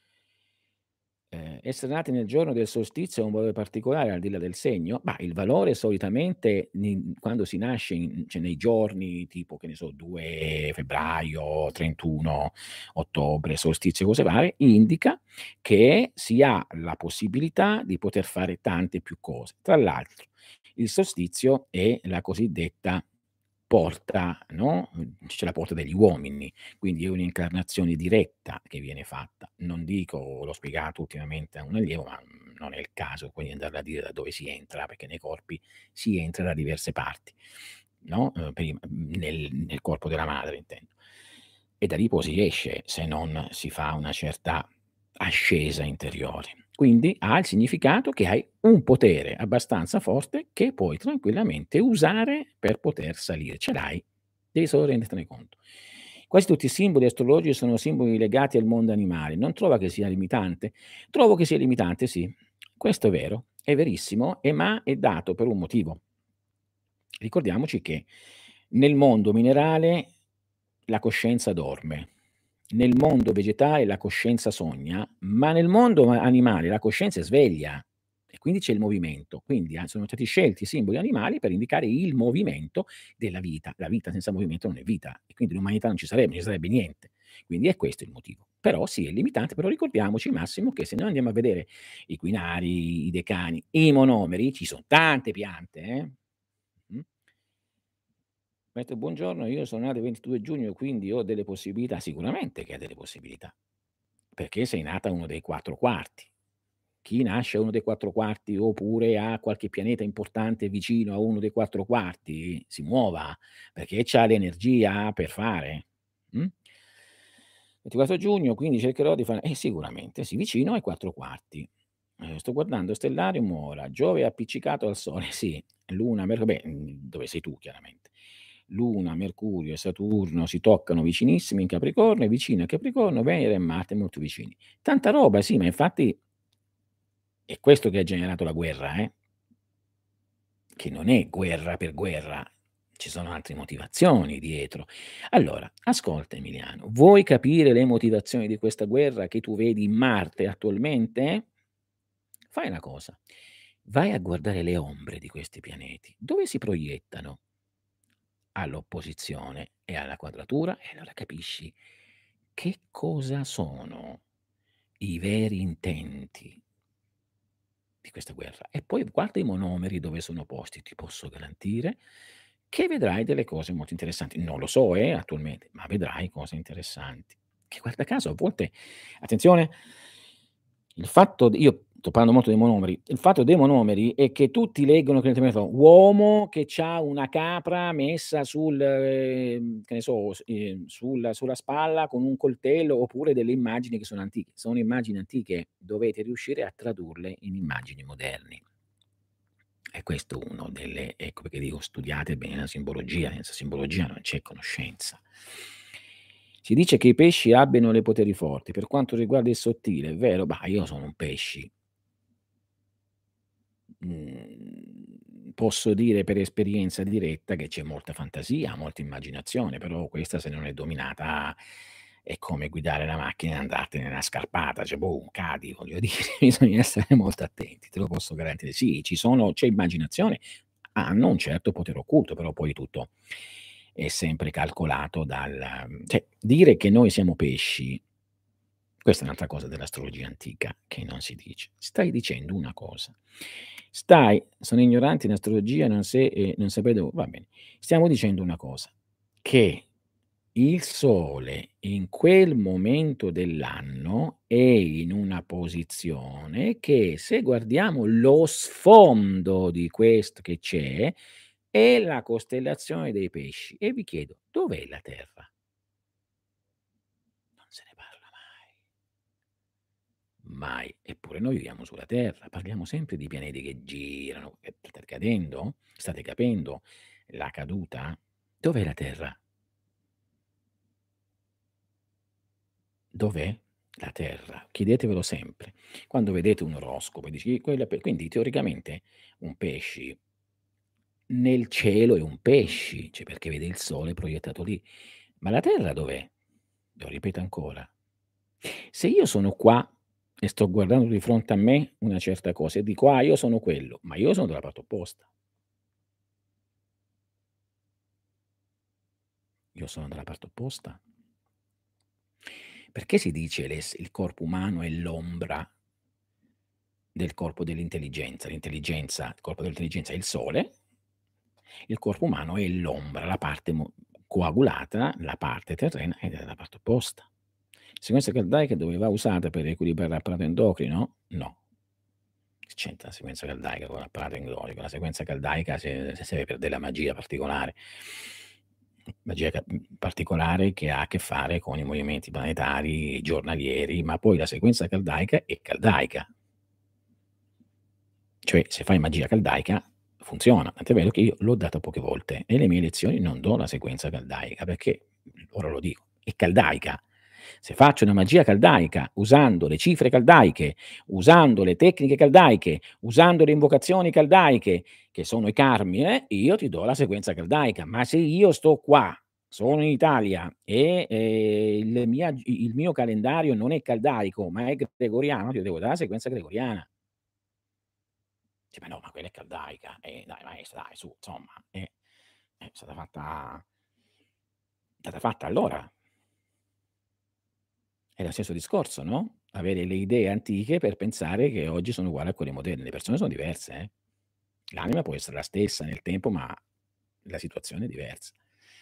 Ehm, essere nati nel giorno del solstizio ha un valore particolare al di là del segno? Mah, il valore solitamente ni quando si nasce in cioè nei giorni tipo, che ne so, due febbraio, trentuno ottobre, solstizio, cose varie, indica che si ha la possibilità di poter fare tante più cose. Tra l'altro, il solstizio è la cosiddetta porta, no, mhmm, c'è la porta degli uomini, quindi è un'incarnazione diretta che viene fatta. Non dico l'ho spiegato ultimamente a un allievo, ma, mhmm, non è il caso quindi andarle a dire da dove si entra, perché nei corpi si entra da diverse parti, no, uhm, prima mhmm, nel nel corpo della madre intendo. E da lì poi si esce, se non si fa una certa ascesa interiore. Quindi ha il significato che hai un potere abbastanza forte che puoi tranquillamente usare per poter salire. Ce l'hai, devi solo rendertene conto. Quasi tutti i simboli astrologici sono simboli legati al mondo animale. Non trova che sia limitante? Trovo che sia limitante, sì. Questo è vero, è verissimo, e ma è dato per un motivo. Ricordiamoci che nel mondo minerale la coscienza dorme, nel mondo vegetale la coscienza sogna, ma nel mondo a animale la coscienza è sveglia e quindi c'è il movimento. Quindi a sono stati scelti i simboli animali per indicare il movimento della vita. La vita senza movimento non è vita e quindi l'umanità non ci sarebbe, non ci sarebbe niente. Quindi è questo il motivo. Però sì, è limitante, però ricordiamoci Massimo che se noi andiamo a vedere i quinari, i decani, i monomeri, ci son tante piante, eh. Mh. Mette: "Buongiorno, io sono nato il ventidue giugno, quindi ho delle possibilità." Sicuramente che hai delle possibilità, perché sei nata a uno dei quattro quarti. Chi nasce a uno dei quattro quarti, oppure ha qualche pianeta importante vicino a uno dei quattro quarti, si muova, perché c'ha l'energia per fare, mh? ventiquattro giugno, quindi cercherò di fare eh sicuramente, sì, vicino ai quattro quarti. Ehm, sto guardando Stellarium ora, Giove è appiccicato al Sole, sì, Luna, Mer beh, mhmm, dove sei tu chiaramente. Luna, Mercurio e Saturno si toccano vicinissimi in Capricorno e vicino a Capricorno Venere e Marte molto vicini. Tanta roba, sì, ma infatti è questo che ha generato la guerra, eh, che non è guerra per guerra, ci sono altre motivazioni dietro. Allora, ascolta Emiliano, vuoi capire le motivazioni di questa guerra che tu vedi in Marte attualmente? Fai una cosa, vai a guardare le ombre di questi pianeti, dove si proiettano? All'opposizione e alla quadratura e allora capisci che cosa sono i veri intenti di questa guerra. E poi guarda i monomeri dove sono posti, ti posso garantire che vedrai delle cose molto interessanti. Non lo so, eh, attualmente, ma vedrai cose interessanti. Che guarda caso a volte attenzione, il fatto d io sto parlando molto dei monomeri. Il fatto dei monomeri è che tutti leggono che uomo che c'ha una capra messa sul ehm, che ne so, s ehm, sul sulla spalla con un coltello, oppure delle immagini che sono antiche. Sono immagini antiche, dovete riuscire a tradurle in immagini moderni. E questo uno delle ecco perché dico studiate bene la simbologia, senza simbologia non c'è conoscenza. Si dice che i pesci abbiano dei poteri forti. Per quanto riguarda il sottile, è vero? Bah, io sono un pesci. Mhmm, posso dire per esperienza diretta che c'è molta fantasia, molta immaginazione, però questa se non è dominata è come guidare la macchina e andartene nella scarpata, cioè boom, cadi, voglio dire, bisogna essere molto attenti, te lo posso garantire. Sì, ci sono c'è immaginazione, hanno un certo potere occulto, però poi tutto è sempre calcolato dal cioè dire che noi siamo pesci, questa è un'altra cosa dell'astrologia antica che non si dice. Stai dicendo una cosa, stai sono ignorante in astrologia, non se ehm, non sapevo va bene. Stiamo dicendo una cosa, che il Sole in quel momento dell'anno è in una posizione che, se guardiamo lo sfondo di questo che c'è, è la costellazione dei Pesci e vi chiedo: dov'è la Terra? Non se ne parla mai. Mai. Eppure noi viviamo sulla Terra, parliamo sempre di pianeti che girano. E state cadendo? State capendo la caduta? Dov'è la Terra? Dov'è la Terra? Chiedetevelo sempre. Quando vedete un oroscopo e dici: "Quella pe" quindi teoricamente un pesci nel cielo è un pesci, cioè perché vede il sole proiettato lì. Ma la Terra dov'è? Lo ripeto ancora. Se io sono qua e sto guardando di fronte a me una certa cosa e dico: "Ah, io sono quello", ma io sono dalla parte opposta. Io sono dalla parte opposta. Perché si dice l'ess il corpo umano è l'ombra del corpo dell'intelligenza? L'intelligenza il corpo dell'intelligenza è il sole, il corpo umano è l'ombra, la parte mo coagulata, la parte terrena è dalla parte opposta. Sequenza caldaica dove va usata per equilibrare l'apparato endocrino? No. Che c'entra la sequenza caldaica con l'apparato endorico? La sequenza caldaica se se serve per della magia particolare. Magia ca mhmm, particolare che ha a che fare con i movimenti planetari giornalieri, ma poi la sequenza caldaica è caldaica. Cioè, se fai magia caldaica funziona, tant'è vero che io l'ho data poche volte e le mie lezioni non do la sequenza caldaica perché, ora lo dico, è caldaica. Se faccio una magia caldaica usando le cifre caldaiche, usando le tecniche caldaiche, usando le invocazioni caldaiche, che sono i karmi, eh, io ti do la sequenza caldaica. Ma se io sto qua, sono in Italia e, ehm, il mia il mio calendario non è caldaico, ma è gregoriano, ti devo dare la sequenza gregoriana. Dice: "Ma no, ma quella è caldaica". Eh, dai maestra, dai su, insomma, eh, è stata fatta stata fatta allora. È lo stesso discorso, no, avere le idee antiche per pensare che oggi sono uguali a quelle moderne. Le persone sono diverse, eh. L'anima può essere la stessa nel tempo, ma la situazione è diversa.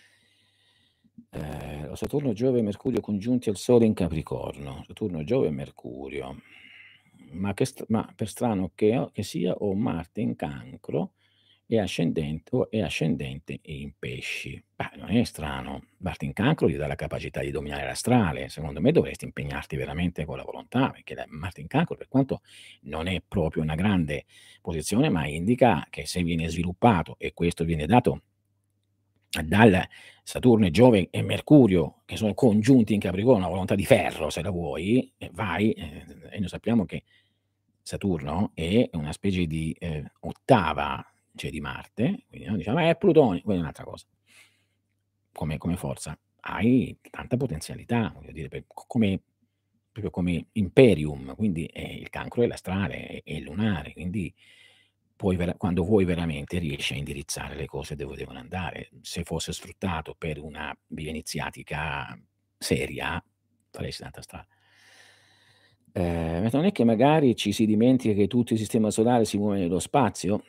Ehm, Saturno, Giove e Mercurio congiunti al Sole in Capricorno. Saturno, Giove e Mercurio. Ma che st ma per strano che o che sia, ho Marte in Cancro e ascendente o è ascendente in Pesci. Beh, non è strano. Marte in Cancro gli dà la capacità di dominare l'astrale. Secondo me dovresti impegnarti veramente con la volontà, perché la Marte in Cancro, per quanto non è proprio una grande posizione, ma indica che se viene sviluppato e questo viene dato dal Saturno e Giove e Mercurio, che sono congiunti in Capricorno, una volontà di ferro se la vuoi, e vai, ehm, e noi sappiamo che Saturno è una specie di, ehm, ottava, cioè di Marte, quindi no, diciamo: "Eh, è Plutone", quella è un'altra cosa. Come come forza. Hai tanta potenzialità, voglio dire, per co come proprio come Imperium, quindi, ehm, il cancro è l'astrale, è è lunare, quindi puoi vera quando vuoi veramente riesci a indirizzare le cose dove devono andare. Se fosse sfruttato per una via iniziatica seria, faresti tanta strada. Ehm, ma non è che magari ci si dimentica che tutto il sistema solare si muove nello spazio?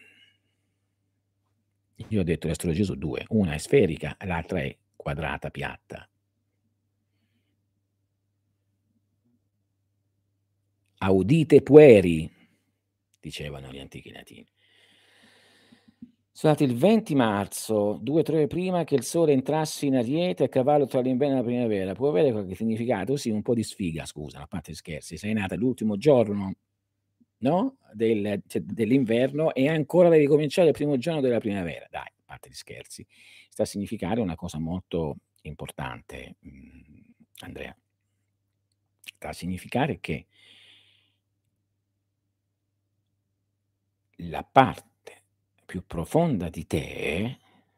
Io ho detto le astrologie so' due, una è sferica e l'altra è quadrata, piatta. Audite pueri, dicevano gli antichi latini. Sono stati il venti marzo, due tre ore prima che il sole entrasse in Ariete a cavallo tra l'inverno e la primavera. Può avere qualche significato? Sì, un po' di sfiga, scusa, a parte gli scherzi. Sei nata l'ultimo giorno, no, del cioè dell'inverno e ancora devi cominciare il primo giorno della primavera. Dai, a parte gli scherzi. Sta a significare una cosa molto importante, mhmm, Andrea. Sta a significare che la parte più profonda di te,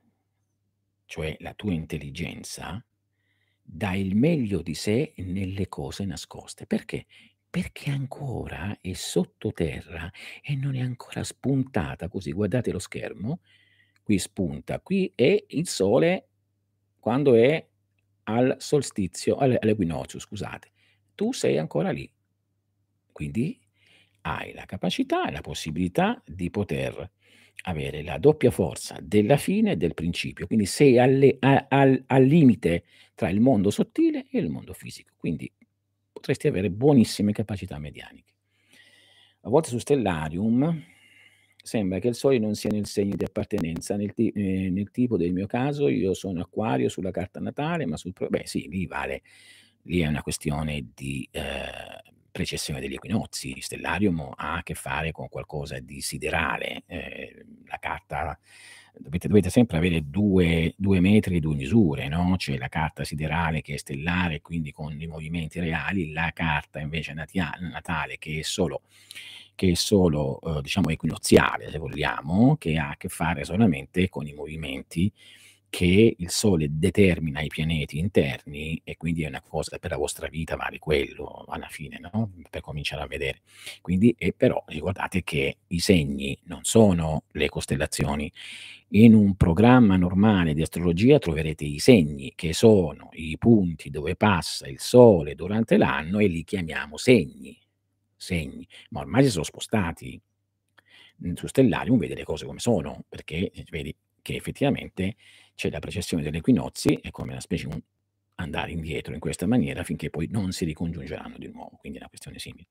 cioè la tua intelligenza, dà il meglio di sé nelle cose nascoste. Perché? Perché ancora è sottoterra e non è ancora spuntata così. Guardate lo schermo, qui spunta, qui è il sole quando è al solstizio, all all'equinozio, scusate. Tu sei ancora lì. Quindi hai la capacità e la possibilità di poter avere la doppia forza della fine e del principio, quindi sei alle a al al limite tra il mondo sottile e il mondo fisico, quindi potresti avere buonissime capacità medianiche. A volte su Stellarium sembra che il Sole non sia nel segno di appartenenza, nel ti ehm, nel tipo del mio caso io sono Acquario sulla carta natale, ma sul pro beh sì, lì vale lì è una questione di, ehm, precessione degli equinozi. Stellarium ha a che fare con qualcosa di siderale, ehm, la carta dovete dovete sempre avere due due metri e due misure, no, c'è la carta siderale che è stellare, quindi con i movimenti reali, la carta invece natia natale che è solo che è solo, uhm, diciamo equinoziale se vogliamo, che ha a che fare solamente con i movimenti che il Sole determina ai pianeti interni e quindi è una cosa per la vostra vita vale quello alla fine, no, per cominciare a vedere. Quindi e però ricordate che i segni non sono le costellazioni. In un programma normale di astrologia troverete i segni, che sono i punti dove passa il Sole durante l'anno e li chiamiamo segni, segni, ma ormai si sono spostati. Mhmm, su Stellarium vedi le cose come sono, perché, ehm, vedi che effettivamente c'è la precessione degli equinozi, è come una specie un andare indietro in questa maniera finché poi non si ricongiungeranno di nuovo, quindi è una questione simile.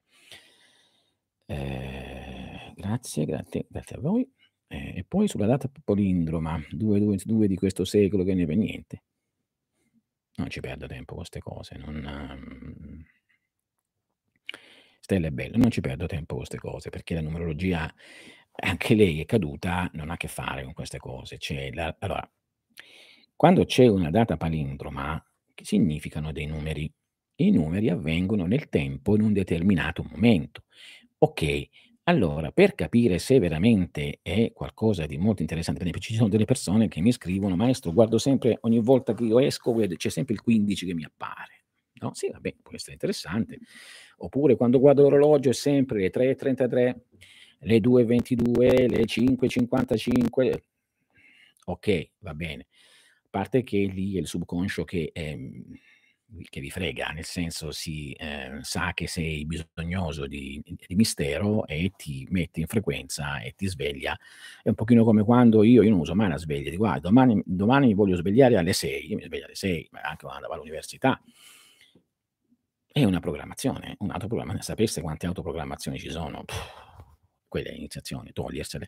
Ehm, grazie, grazie, grazie a voi. Ehm, e poi sulla data p palindroma due due due di questo secolo che ne per niente. Non ci perdo tempo con 'ste cose, non mhmm Stella è bello, non ci perdo tempo con 'ste cose, perché la numerologia anche lei è caduta, non ha a che fare con queste cose. C'è la allora, quando c'è una data palindroma, che significano dei numeri. I numeri avvengono nel tempo in un determinato momento. Okay, allora per capire se veramente è qualcosa di molto interessante, per esempio ci sono delle persone che mi scrivono: "Maestro guardo sempre ogni volta che io esco vedo c'è sempre il quindici che mi appare." No, sì vabbè, può essere interessante. Oppure quando guardo l'orologio è sempre le tre e trentatré, le due e ventidue, le cinque e cinquantacinque. Okay, va bene. A parte che lì è il subconscio che, ehm, che vi frega, nel senso si ehm, sa che sei bisognoso di di mistero e ti mette in frequenza e ti sveglia. È un pochino come quando io io non uso mai la sveglia, dico: "Ah, domani domani mi voglio svegliare alle sei", io mi sveglio alle sei, ma anche quando andavo all'università. È una programmazione, un'autoprogramma sapeste quante autoprogrammazioni ci sono? Quella è l'iniziazione, togliersele.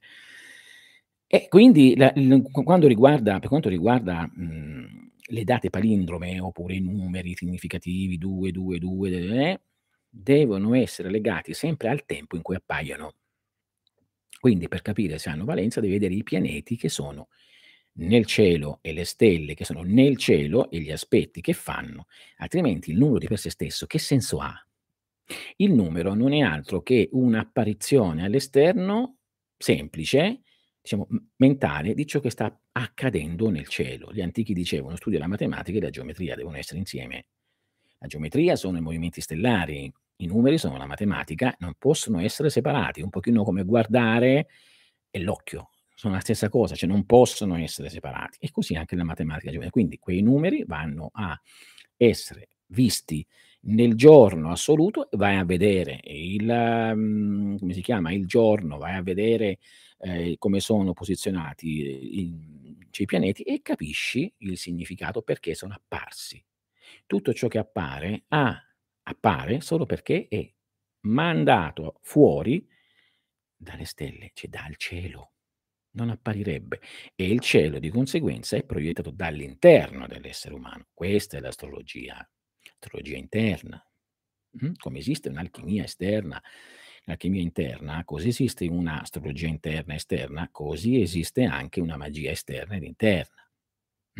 E quindi la il q quando riguarda per quanto riguarda, mhmm, le date palindrome oppure i numeri significativi due, due, due, eh, devono essere legati sempre al tempo in cui appaiono. Quindi per capire se hanno valenza devi vedere i pianeti che sono nel cielo e le stelle che sono nel cielo e gli aspetti che fanno, altrimenti il numero di per sé stesso che senso ha? Il numero non è altro che un'apparizione all'esterno semplice, diciamo m mentale, di ciò che sta accadendo nel cielo. Gli antichi dicevano: "Studia la matematica e la geometria, devono essere insieme." La geometria sono i movimenti stellari, i numeri sono la matematica, non possono essere separati, un pochino come guardare e l'occhio, sono la stessa cosa, cioè non possono essere separati. E così anche la matematica e la geometria. Quindi quei numeri vanno a essere visti nel giorno assoluto, vai a vedere il mhmm, come si chiama, il giorno, vai a vedere, ehm, come sono posizionati i cioè i pianeti e capisci il significato perché sono apparsi. Tutto ciò che appare ha appare solo perché è mandato fuori dalle stelle, cioè dal cielo. Non apparirebbe. E il cielo di conseguenza è proiettato dall'interno dell'essere umano. Questa è l'astrologia, astrologia interna. Mh? Come esiste un'alchimia esterna, l'alchimia interna, così esiste una astrologia interna e esterna, così esiste anche una magia esterna ed interna. Mh?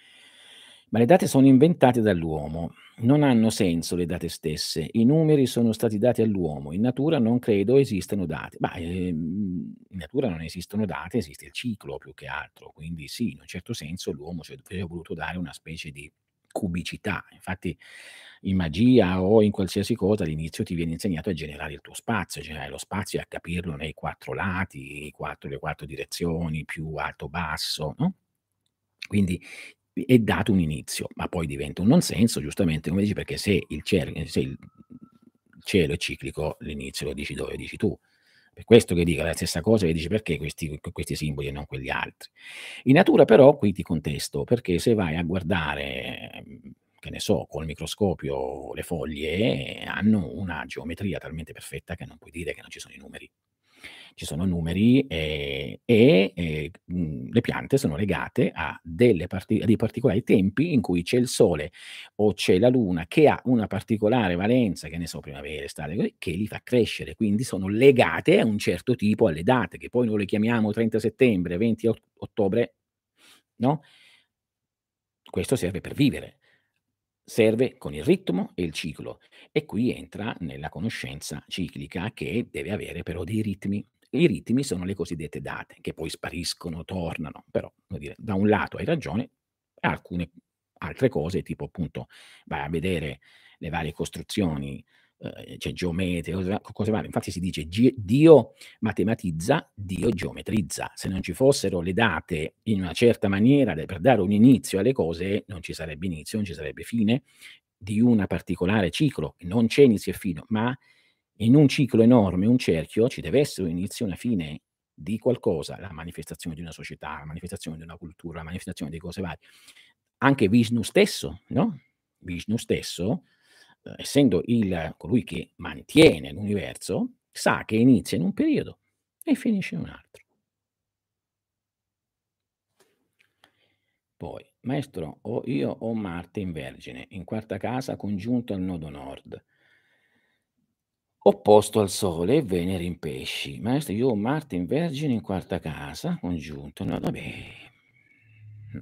Ma le date sono inventate dall'uomo, non hanno senso le date stesse. I numeri sono stati dati all'uomo, in natura non credo esistano date. Ma, ehm, in natura non esistono date, esiste il ciclo più che altro, quindi sì, in un certo senso l'uomo si è si è voluto dare una specie di cubicità. Infatti in magia o in qualsiasi cosa all'inizio ti viene insegnato a generare il tuo spazio, generare lo spazio e a capirlo nei quattro lati, i quattro le quattro direzioni, più alto, basso, no, quindi è dato un inizio, ma poi diventa un non senso, giustamente come dici, perché se il cer se il cielo è ciclico, l'inizio lo dici dove lo dici tu. Per questo che dico, è la stessa cosa che dici: "Perché questi q questi simboli e non quegli altri?" In natura però, qui ti contesto, perché se vai a guardare, mhmm, che ne so, col microscopio le foglie, hanno una geometria talmente perfetta che non puoi dire che non ci sono i numeri. Ci sono numeri, ehm, e, ehm, mhmm, le piante sono legate a delle parti a dei particolari tempi in cui c'è il sole o c'è la luna che ha una particolare valenza, che ne so, primavera, estate, così, che li fa crescere, quindi sono legate a un certo tipo alle date, che poi noi le chiamiamo trenta settembre, venti ot ottobre, no, questo serve per vivere, serve con il ritmo e il ciclo e qui entra nella conoscenza ciclica che deve avere però dei ritmi. I ritmi sono le cosiddette date, che poi spariscono, tornano, però, voglio dire, da un lato hai ragione, alcune altre cose, tipo appunto vai a vedere le varie costruzioni, uhm, cioè geometrie, cose va cose varie, infatti si dice: "Gie Dio matematizza, Dio geometrizza." Se non ci fossero le date in una certa maniera de per dare un inizio alle cose, non ci sarebbe inizio, non ci sarebbe fine di una particolare ciclo. Non c'è inizio e fino, ma in un ciclo enorme, un cerchio, ci deve essere un inizio e una fine di qualcosa, la manifestazione di una società, la manifestazione di una cultura, la manifestazione di cose varie. Anche Vishnu stesso, no, Vishnu stesso, uhm, essendo il colui che mantiene l'universo, sa che inizia in un periodo e finisce in un altro. Poi: "Maestro, ho io ho Marte in Vergine, in quarta casa congiunto al nodo nord, opposto al Sole e Venere in Pesci. Maestro, io ho Marte in Vergine in quarta casa congiunto no vabbè, mh,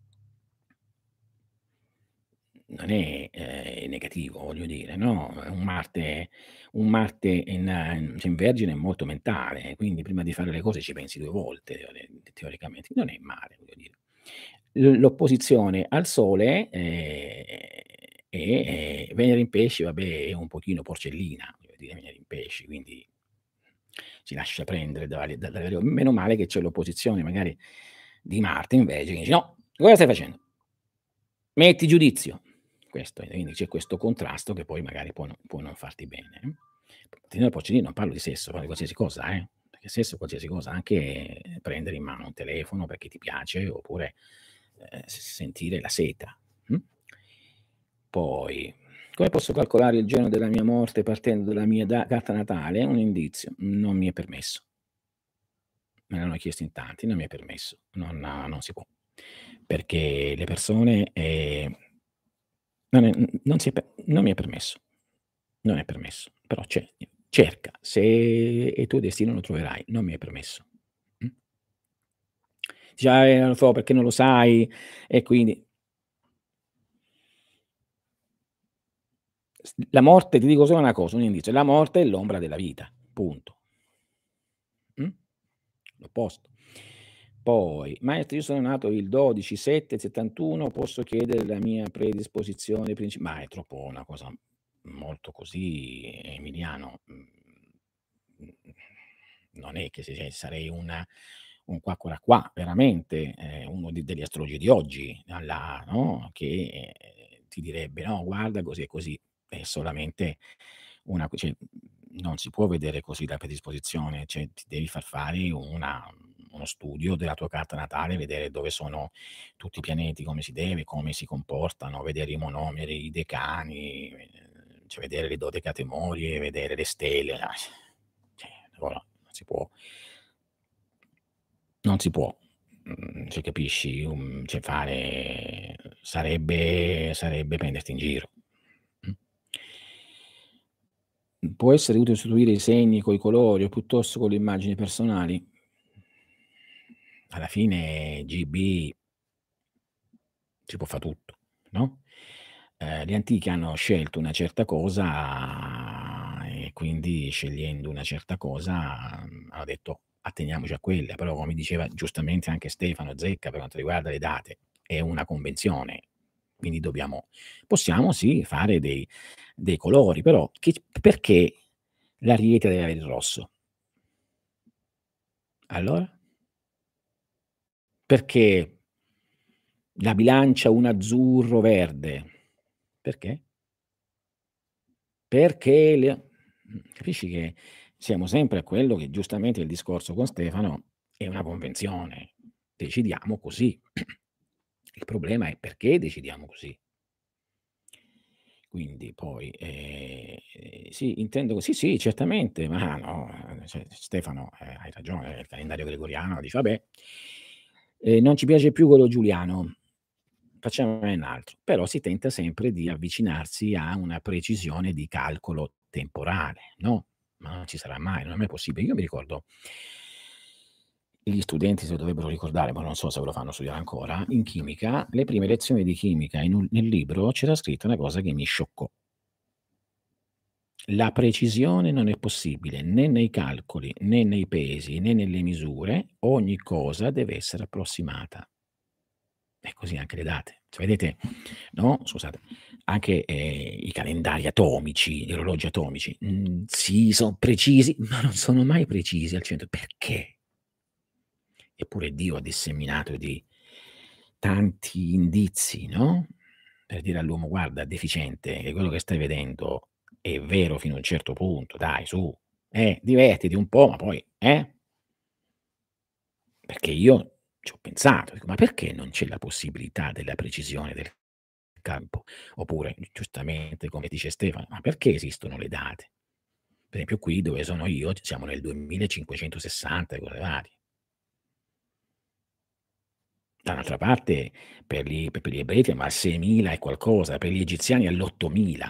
non è, ehm, negativo, voglio dire, no, è un Marte un Marte in in cioè in Vergine è molto mentale, quindi prima di fare le cose ci pensi due volte teore teoricamente. Non è male, voglio dire. L l'opposizione al Sole, ehm, è, ehm, Venere in Pesci, vabbè, è un pochino porcellina, voglio dire, Venere in Pesci, quindi si lascia prendere dalle da dalle meno male che c'è l'opposizione magari di Marte invece che dice: "No, cosa stai facendo? Metti giudizio." Questo e quindi c'è questo contrasto che poi magari può no può non farti bene, eh. Attenzione al porcellino, non parlo di sesso, parlo di qualsiasi cosa, eh, perché sesso è qualsiasi cosa, anche prendere in mano un telefono perché ti piace oppure, ehm, s sentire la seta, mh. Poi: "Come posso calcolare il giorno della mia morte partendo dalla mia da carta natale? Un indizio." Non mi è permesso. Me l'hanno chiesto in tanti, non mi è permesso, non non si può. Perché le persone, ehm, non è n non si è pe non mi è permesso, non è permesso, però c'è cerca, se è tuo destino lo troverai, non mi è permesso. Mh. Dici: "Ah, eh, non lo so perché non lo sai e quindi" s la morte ti dico solo una cosa, un indizio, la morte è l'ombra della vita, punto. Mh? L'opposto. Poi: "Maestro, io sono nato il dodici sette settantuno, posso chiedere la mia predisposizione princi" ma è troppo una cosa molto così, Emiliano, mhmm, mhmm, non è che se se sarei un un qua qua qua, veramente, ehm, uno di degli astrologi di oggi, alla no, che, ehm, ti direbbe: "No, guarda così e così." È solamente una q cioè, non si può vedere così la predisposizione, cioè ti devi far fare una uno studio della tua carta natale, vedere dove sono tutti i pianeti, come si deve, come si comportano, vedere i monomeri, i decani, ehm, cioè vedere le dodecatemorie, vedere le stelle, ah, cioè ora non si può non si può, mhmm, cioè capisci, un cioè fare sarebbe sarebbe prenderti in giro. Mh. Mhmm, può essere utile sostituire i segni coi colori o piuttosto con le immagini personali? Alla fine G B si può fa tutto, no, ehm, gli antichi hanno scelto una certa cosa e quindi scegliendo una certa cosa, mhmm, hanno detto: "Atteniamoci a quella", però come diceva giustamente anche Stefano Zecca per quanto riguarda le date, è una convenzione, quindi dobbiamo possiamo sì fare dei dei colori, però che c perché l'ariete deve avere il rosso? Allora? Perché la bilancia un azzurro verde? Perché? Perché le mhmm, capisci che siamo sempre a quello che giustamente il discorso con Stefano è una convenzione. Decidiamo così. Il problema è perché decidiamo così. Quindi poi, ehm, sì, intendo sì, sì, certamente, ma no, ehm, cioè Stefano, ehm, hai ragione, il calendario gregoriano dice: "Vabbè, ehm, non ci piace più quello giuliano, facciamone un altro." Però si tenta sempre di avvicinarsi a una precisione di calcolo temporale, no, ma non ci sarà mai, non è mai possibile. Io mi ricordo gli studenti se lo dovrebbero ricordare, ma non so se ve lo fanno studiare ancora, in chimica, le prime lezioni di chimica in un nel libro c'era scritta una cosa che mi scioccò. La precisione non è possibile né nei calcoli, né nei pesi, né nelle misure, ogni cosa deve essere approssimata. E così anche le date. Cioè vedete, no, scusate, anche, ehm, i calendari atomici, gli orologi atomici, mhmm, sì, son precisi, ma non sono mai precisi al cento perché? Eppure Dio ha disseminato di tanti indizi, no, per dire all'uomo: "Guarda deficiente, che quello che stai vedendo è vero fino a un certo punto, dai su, eh, divertiti un po', ma poi eh?" Perché io c'ho pensato, dico: "Ma perché non c'è la possibilità della precisione del campo?" Oppure, giustamente come dice Stefano: "Ma perché esistono le date?" Per esempio qui dove sono io c siamo nel duemilacinquecentosessanta e cose varie. Da un'altra parte per gli pe per gli ebrei siamo al seimila e qualcosa, per gli egiziani all'ottomila.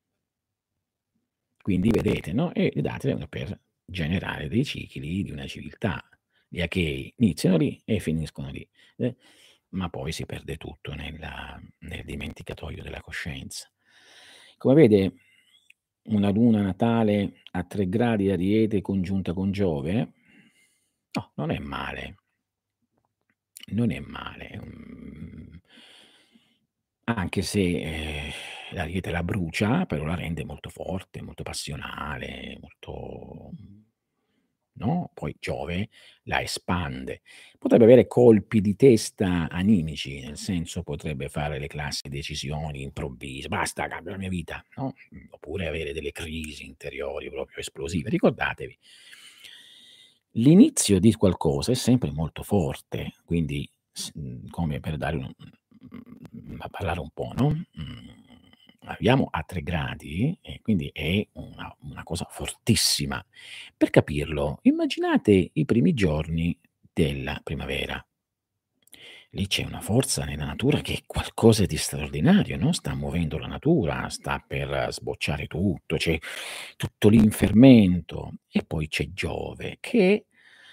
Quindi vedete, no, e le date servono per generare dei cicli di una civiltà. Gli achei iniziano lì e finiscono lì, eh, ma poi si perde tutto nella nel dimenticatoio della coscienza. Come vede, una luna natale a tre gradi Ariete congiunta con Giove, no, non è male. Non è male, mhmm, anche se, ehm, l'Ariete la brucia, però la rende molto forte, molto passionale, molto mhmm, no, poi Giove la espande. Potrebbe avere colpi di testa animici, nel senso potrebbe fare le classi decisioni improvvise: "Basta, cambio la mia vita", no, mhmm, oppure avere delle crisi interiori proprio esplosive. Ricordatevi, l'inizio di qualcosa è sempre molto forte, quindi s mhmm, come per dare un mhmm, a parlare un po', no, mhmm, arriviamo a tre gradi e quindi è una una cosa fortissima. Per capirlo, immaginate i primi giorni della primavera. Lì c'è una forza nella natura che è qualcosa di straordinario, no, sta muovendo la natura, sta per sbocciare tutto, c'è tutto lì in fermento. E poi c'è Giove che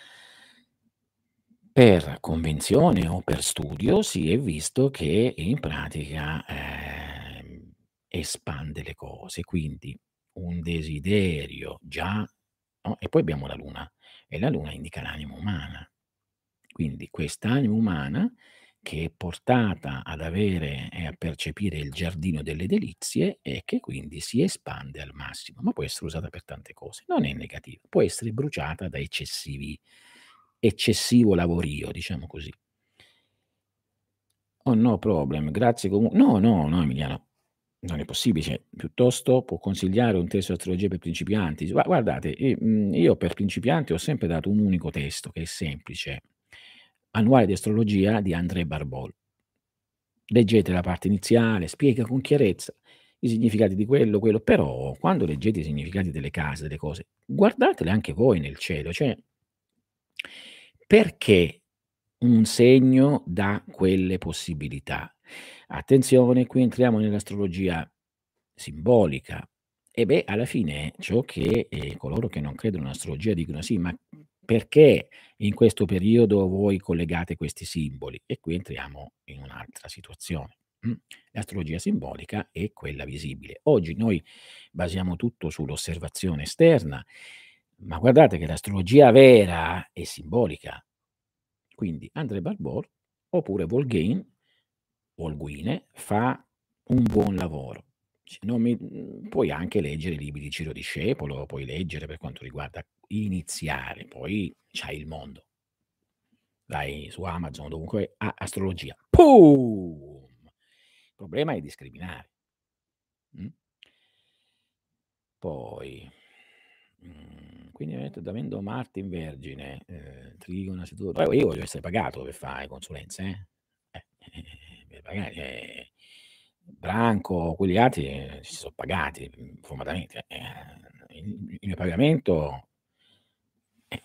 per convenzione o per studio si è visto che in pratica, ehm, espande le cose, quindi un desiderio già no, e poi abbiamo la luna, e la luna indica l'anima umana. Quindi quest'anima umana che è portata ad avere e a percepire il giardino delle delizie e che quindi si espande al massimo, ma può essere usata per tante cose. Non è negativa, può essere bruciata da eccessivi eccessivo lavorio, diciamo così. Oh no problem, grazie comu no, no, no Emiliano, non è possibile, cioè piuttosto può consigliare un testo di astrologia per principianti. Gua guardate, i mhmm, io per principianti ho sempre dato un unico testo che è semplice: Annuale di astrologia di André Barbol. Leggete la parte iniziale, spiega con chiarezza. i significati di quello, quello, però quando leggete i significati delle case, delle cose, guardatele anche voi nel cielo, cioè perché un segno dà quelle possibilità? Attenzione, qui entriamo nell'astrologia simbolica. E beh, alla fine ciò che, ehm, coloro che non credono all'astrologia dicono: "Sì, ma perché in questo periodo voi collegate questi simboli?" E qui entriamo in un'altra situazione, mh. L'astrologia simbolica e quella visibile. Oggi noi basiamo tutto sull'osservazione esterna, ma guardate che l'astrologia vera è simbolica. Quindi André Balbor oppure Volgain Volguine fa un buon lavoro. C non mi mhmm, puoi anche leggere i libri di Ciro Discepolo, puoi leggere per quanto riguarda iniziare, poi c'hai il mondo. Vai su Amazon, dovunque, a astrologia. Boom! Il problema è discriminare. Mh? Poi, mhmm, quindi avete avendo Marte in Vergine, ehm, Trigono, Saturno poi io voglio essere pagato per fare consulenze, eh. Eh, eh, per pagare, eh, Branco, quegli altri, ehm, si so pagati, mhmm, formalmente, eh, il il mio pagamento eh,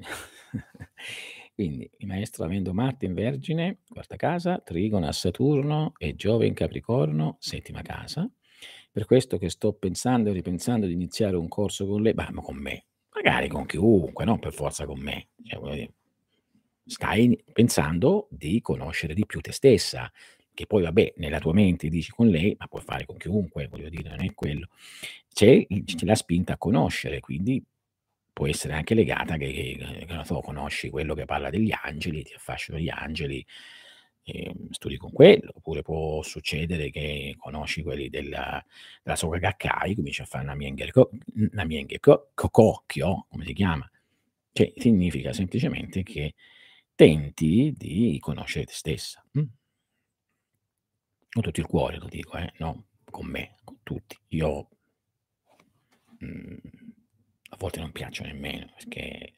quindi il maestro avendo Marte in Vergine, quarta casa, Trigono a Saturno e Giove in Capricorno, settima casa. Per questo che sto pensando e ripensando di iniziare un corso con lei, bah, ma con me, magari con chiunque, non per forza con me. Cioè, voglio dire, stai pensando di conoscere di più te stessa, che poi vabbè, nella tua mente dici con lei, ma puoi fare con chiunque, voglio dire, non è quello. C'è il c'è la spinta a conoscere, quindi può essere anche legata che che che non so, conosci quello che parla degli angeli, ti affascinano gli angeli, ehm, studi con quello, oppure può succedere che conosci quelli della della Soka Gakkai, cominci a fare una Miengerco mhmm, una Miengerco Cococchio, come si chiama, che significa semplicemente che tenti di conoscere te stessa, mh? Con tutto il cuore lo dico, eh, no con me, con tutti. Io Mhmm, a volte non piaccio nemmeno, perché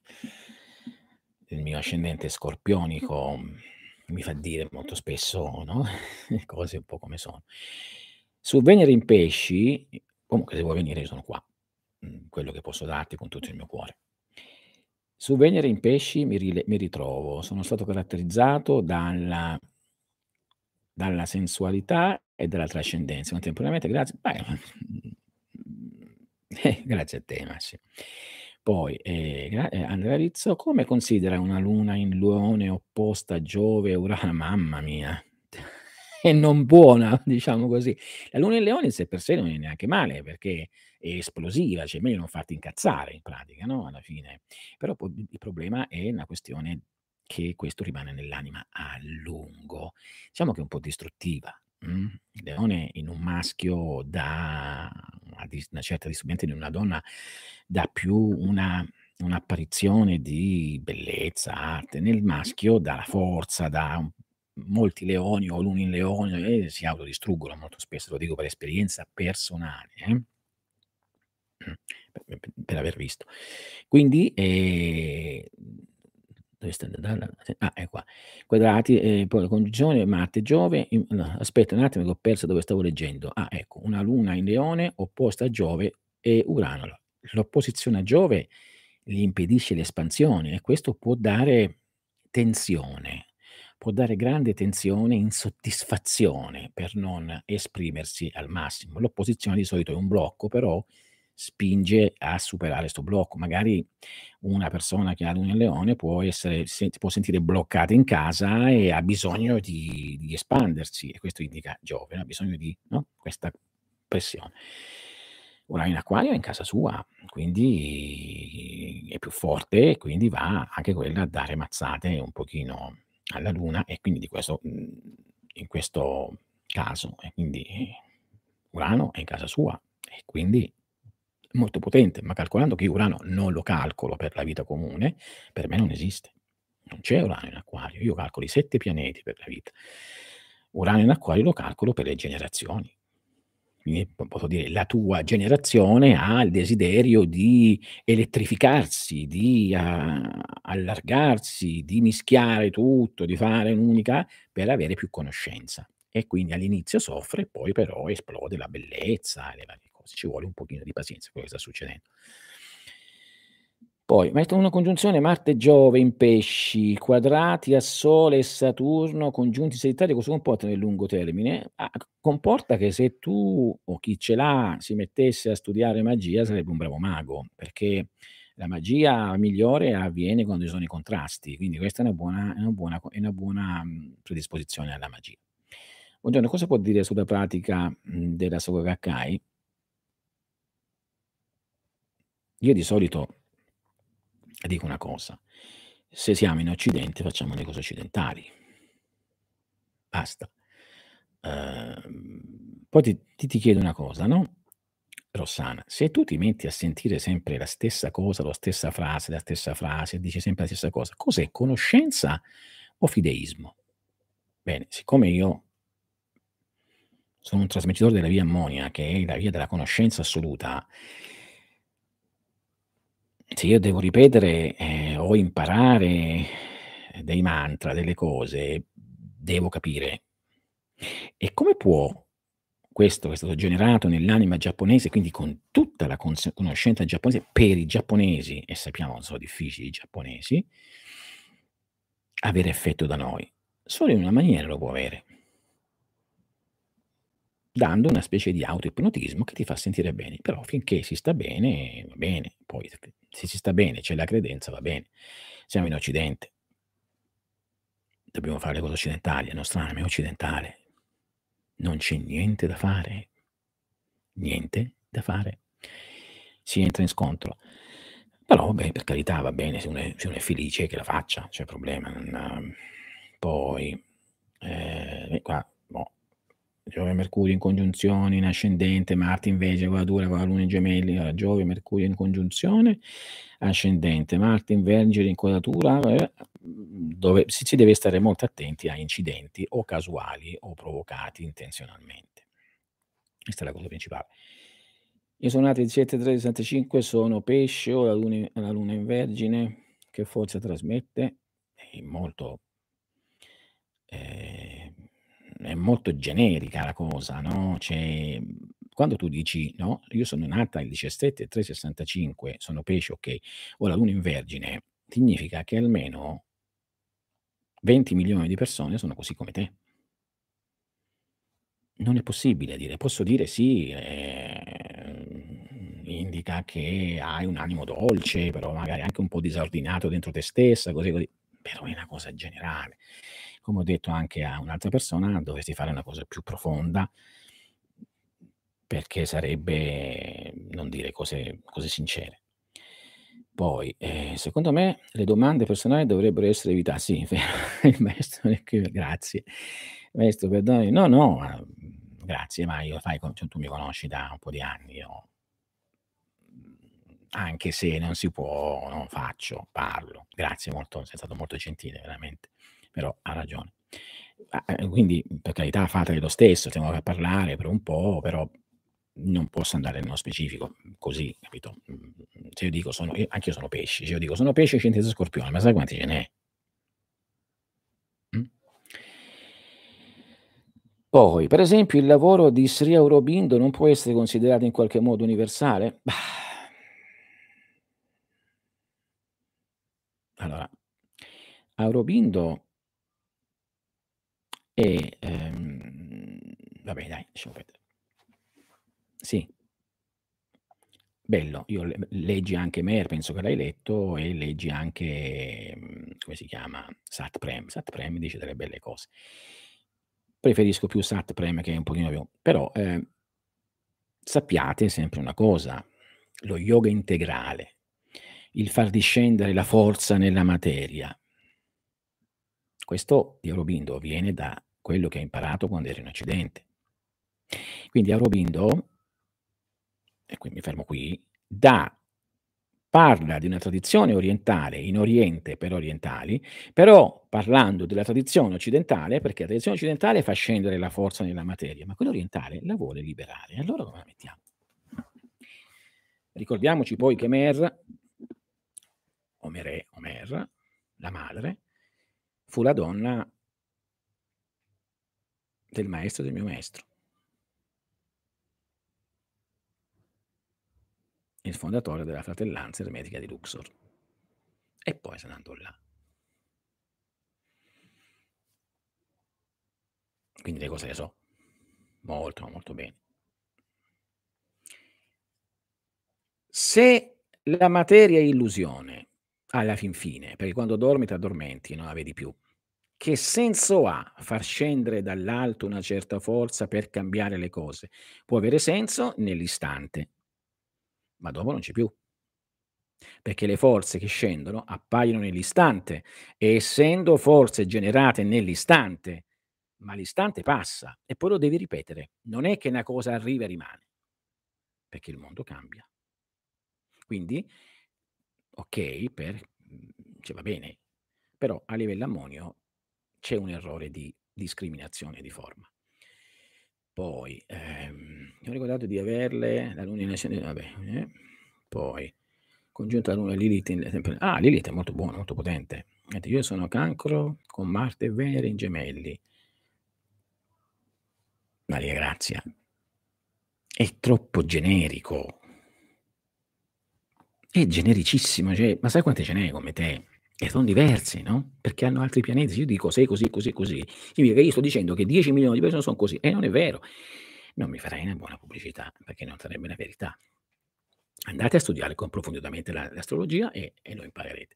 il mio ascendente scorpionico, mhmm, mi fa dire molto spesso, no, le cose un po' come sono. Su Venere in Pesci, comunque se vuoi venire io sono qua, mhmm, quello che posso darti con tutto il mio cuore. Su Venere in Pesci mi rile mi ritrovo, sono stato caratterizzato dalla dalla sensualità e dalla trascendenza contemporaneamente grazie beh, mhmm, eh, grazie a te Massimo. Poi, ehm, gra ehm, Andrea Rizzo, come considera una luna in Leone opposta a Giove e Urano? Mamma mia, e non buona, diciamo così. La luna in Leone in sé per sé non è neanche male, perché è esplosiva, cioè è meglio non farti incazzare in pratica, no, alla fine. Però poi il il problema è una questione che questo rimane nell'anima a lungo. Diciamo che è un po' distruttiva, mh. Il leone in un maschio dà una dis una certa dis mentre in una donna dà più una un'apparizione di bellezza, arte. Nel maschio dà la forza, dà un molti leoni o luni in leone, eh, si autodistruggono molto spesso, lo dico per esperienza personale, eh. Mh, per p per aver visto. Quindi, ehm, dove sta andando? Ah, è qua. Quadrati, ehm, poi la congiunzione Marte, Giove, in no, aspetta un attimo che ho perso dove stavo leggendo. Ah, ecco, una luna in Leone opposta a Giove e Urano. L l'opposizione a Giove gli impedisce l'espansione e questo può dare tensione, può dare grande tensione, insoddisfazione per non esprimersi al massimo. L'opposizione di solito è un blocco, però spinge a superare 'sto blocco. Magari una persona che ha Luna in Leone può essere se può sentire bloccata in casa e ha bisogno di di espandersi e questo indica Giove, ha bisogno di no, questa pressione. Urano in Acquario è in casa sua, quindi è più forte e quindi va anche quella a dare mazzate un pochino alla Luna e quindi di questo mhmm, in questo caso e quindi Urano è in casa sua e quindi molto potente, ma calcolando che io Urano non lo calcolo per la vita comune, per me non esiste. Non c'è Urano in Acquario, io calcolo i sette pianeti per la vita. Urano in Acquario lo calcolo per le generazioni. Quindi po posso dire la tua generazione ha il desiderio di elettrificarsi, di a allargarsi, di mischiare tutto, di fare un'unica per avere più conoscenza. e quindi all'inizio soffre, poi però esplode la bellezza e le varie cose. Ci vuole un pochino di pazienza, quello che sta succedendo. Poi metto una congiunzione Marte e Giove in Pesci, quadrati a Sole e Saturno, congiunti Sagittario, cosa comporta nel lungo termine? Ah, c comporta che se tu o chi ce l'ha si mettesse a studiare magia sarebbe un bravo mago, perché la magia migliore avviene quando ci sono i contrasti, quindi questa è una buona è una buona co è una buona, mhmm, predisposizione alla magia. Buongiorno, cosa può dire sulla pratica, mhmm, della Soka Gakkai? Io di solito dico una cosa: se siamo in Occidente facciamo le cose occidentali. Basta. Uhm, poi ti ti ti chiedo una cosa, no, Rossana, se tu ti metti a sentire sempre la stessa cosa, la stessa frase, la stessa frase, e dici sempre la stessa cosa, cos'è, conoscenza o fideismo? Bene, siccome io sono un trasmettitore della via Ammonia, che è la via della conoscenza assoluta, se io devo ripetere, ehm, o imparare dei mantra, delle cose, devo capire. E come può questo che è stato generato nell'anima giapponese, quindi con tutta la cons conoscenza giapponese per i giapponesi, e sappiamo non sono difficili i giapponesi, avere effetto da noi? Solo in una maniera lo può avere, dando una specie di autoipnotismo che ti fa sentire bene, però finché si sta bene, va bene, poi f se si sta bene, c'è la credenza, va bene. Siamo in Occidente, dobbiamo fare le cose occidentali, la nostra anima è occidentale, non c'è niente da fare. Niente da fare. Si entra in scontro. Però vabbè, per carità, va bene, se uno è se uno è felice che la faccia, c'è problema, non poi, ehm, e qua boh, Giove e Mercurio in congiunzione, in ascendente, Marte invece quadratura con la Luna in Gemelli, allora Giove e Mercurio in congiunzione, ascendente, Marte in Vergine in quadratura, eh, mhmm, dove si ci deve stare molto attenti a incidenti o casuali o provocati intenzionalmente. Questa è la cosa principale. Io sono nato il sette tre sessantacinque, sono Pesce, ho la luna in la luna in Vergine, che forza trasmette? È molto ehm, è molto generica la cosa, no, cioè, mhmm, quando tu dici, no: "Io sono nata il diciassette tre sessantacinque, sono Pesce", okay, ho la luna in Vergine, significa che almeno venti milioni di persone sono così come te. Non è possibile dire. Posso dire sì, ehm, indica che hai un animo dolce, però magari anche un po' disordinato dentro te stessa, così, così, però è una cosa generale. Come ho detto anche a un'altra persona, dovresti fare una cosa più profonda, perché sarebbe non dire cose cose sincere. Poi, ehm, secondo me le domande personali dovrebbero essere evita sì, vero, il maestro grazie. Maestro perdoni no, no, ma, mhmm, grazie, ma io fai con cioè tu mi conosci da un po' di anni, io mhmm, anche se non si può, no, faccio, parlo. Grazie molto, sei stato molto gentile veramente, però ha ragione. A ehm, quindi per carità fatele lo stesso, stiamo a parlare per un po', però non posso andare nello specifico, mhmm, così, capito? Mhmm, se io dico sono io anch'io sono pesci, se io dico: "Sono pesce ascendente Scorpione", ma sai quanti ce n'è? Mh? Poi, per esempio, il lavoro di Sri Aurobindo non può essere considerato in qualche modo universale? Bah, allora, Aurobindo è, ehm, vabbè dai, lasciamo perdere. Sì. Bello, io le leggi anche Mer, penso che l'hai letto, e leggi anche, mhmm, come si chiama, Satprem. Satprem dice delle belle cose. Preferisco più Satprem che è un pochino più però, ehm, sappiate sempre una cosa, lo yoga integrale, il far discendere la forza nella materia, questo di Aurobindo viene da quello che ha imparato quando era in Occidente. Quindi Aurobindo, e qui mi fermo qui, dà parla di una tradizione orientale in Oriente per orientali, però parlando della tradizione occidentale, perché la tradizione occidentale fa scendere la forza nella materia, ma quella orientale la vuole liberare. Allora come la mettiamo? Ricordiamoci poi che Mer, Omerè, Omer, la madre, fu la donna Del maestro del mio maestro. Il fondatore della Fratellanza Ermetica di Luxor. E poi se n'è andato là. Quindi le cose le so. Molto, molto bene. Se la materia è illusione, alla fin fine, perché quando dormi t'addormenti, non la vedi più, che senso ha far scendere dall'alto una certa forza per cambiare le cose? Può avere senso nell'istante, ma dopo non c'è più. Perché le forze che scendono appaiono nell'istante e essendo forze generate nell'istante, ma l'istante passa e poi lo devi ripetere. Non è che una cosa arriva e rimane, perché il mondo cambia. Quindi, okay, per mhmm, cioè va bene, però a livello ammonio c'è un errore di discriminazione di forma. Poi, ehm, mi ho ricordato di averle la luna in ascendente vabbè, eh, poi congiunta la luna e Lilith in sempre ah, Lilith è molto buono, molto potente. Niente, io sono Cancro con Marte e Venere in Gemelli. Maria Grazia. È troppo generico. È genericissimo, cioè, ma sai quante ce n'è come te? E son diversi, no, perché hanno altri pianeti. Se io dico: "Sei così, così, così", significa che io sto dicendo che dieci milioni di persone son così, e non è vero. Non mi farai una buona pubblicità, perché non sarebbe la verità. Andate a studiare con approfonditamente la l'astrologia e e lo imparerete.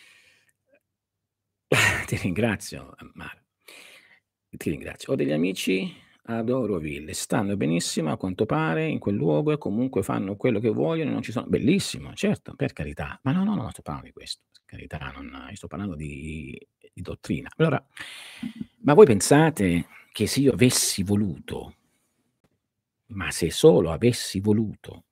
Ti ringrazio, Mara. Ti ringrazio. Ho degli amici ad Auroville, stanno benissimo a quanto pare in quel luogo e comunque fanno quello che vogliono, non ci sono bellissimo, certo, per carità. Ma no, no, no, non sto parlando di questo, per carità, non io sto parlando di di dottrina. Allora, ma voi pensate che se io avessi voluto, ma se solo avessi voluto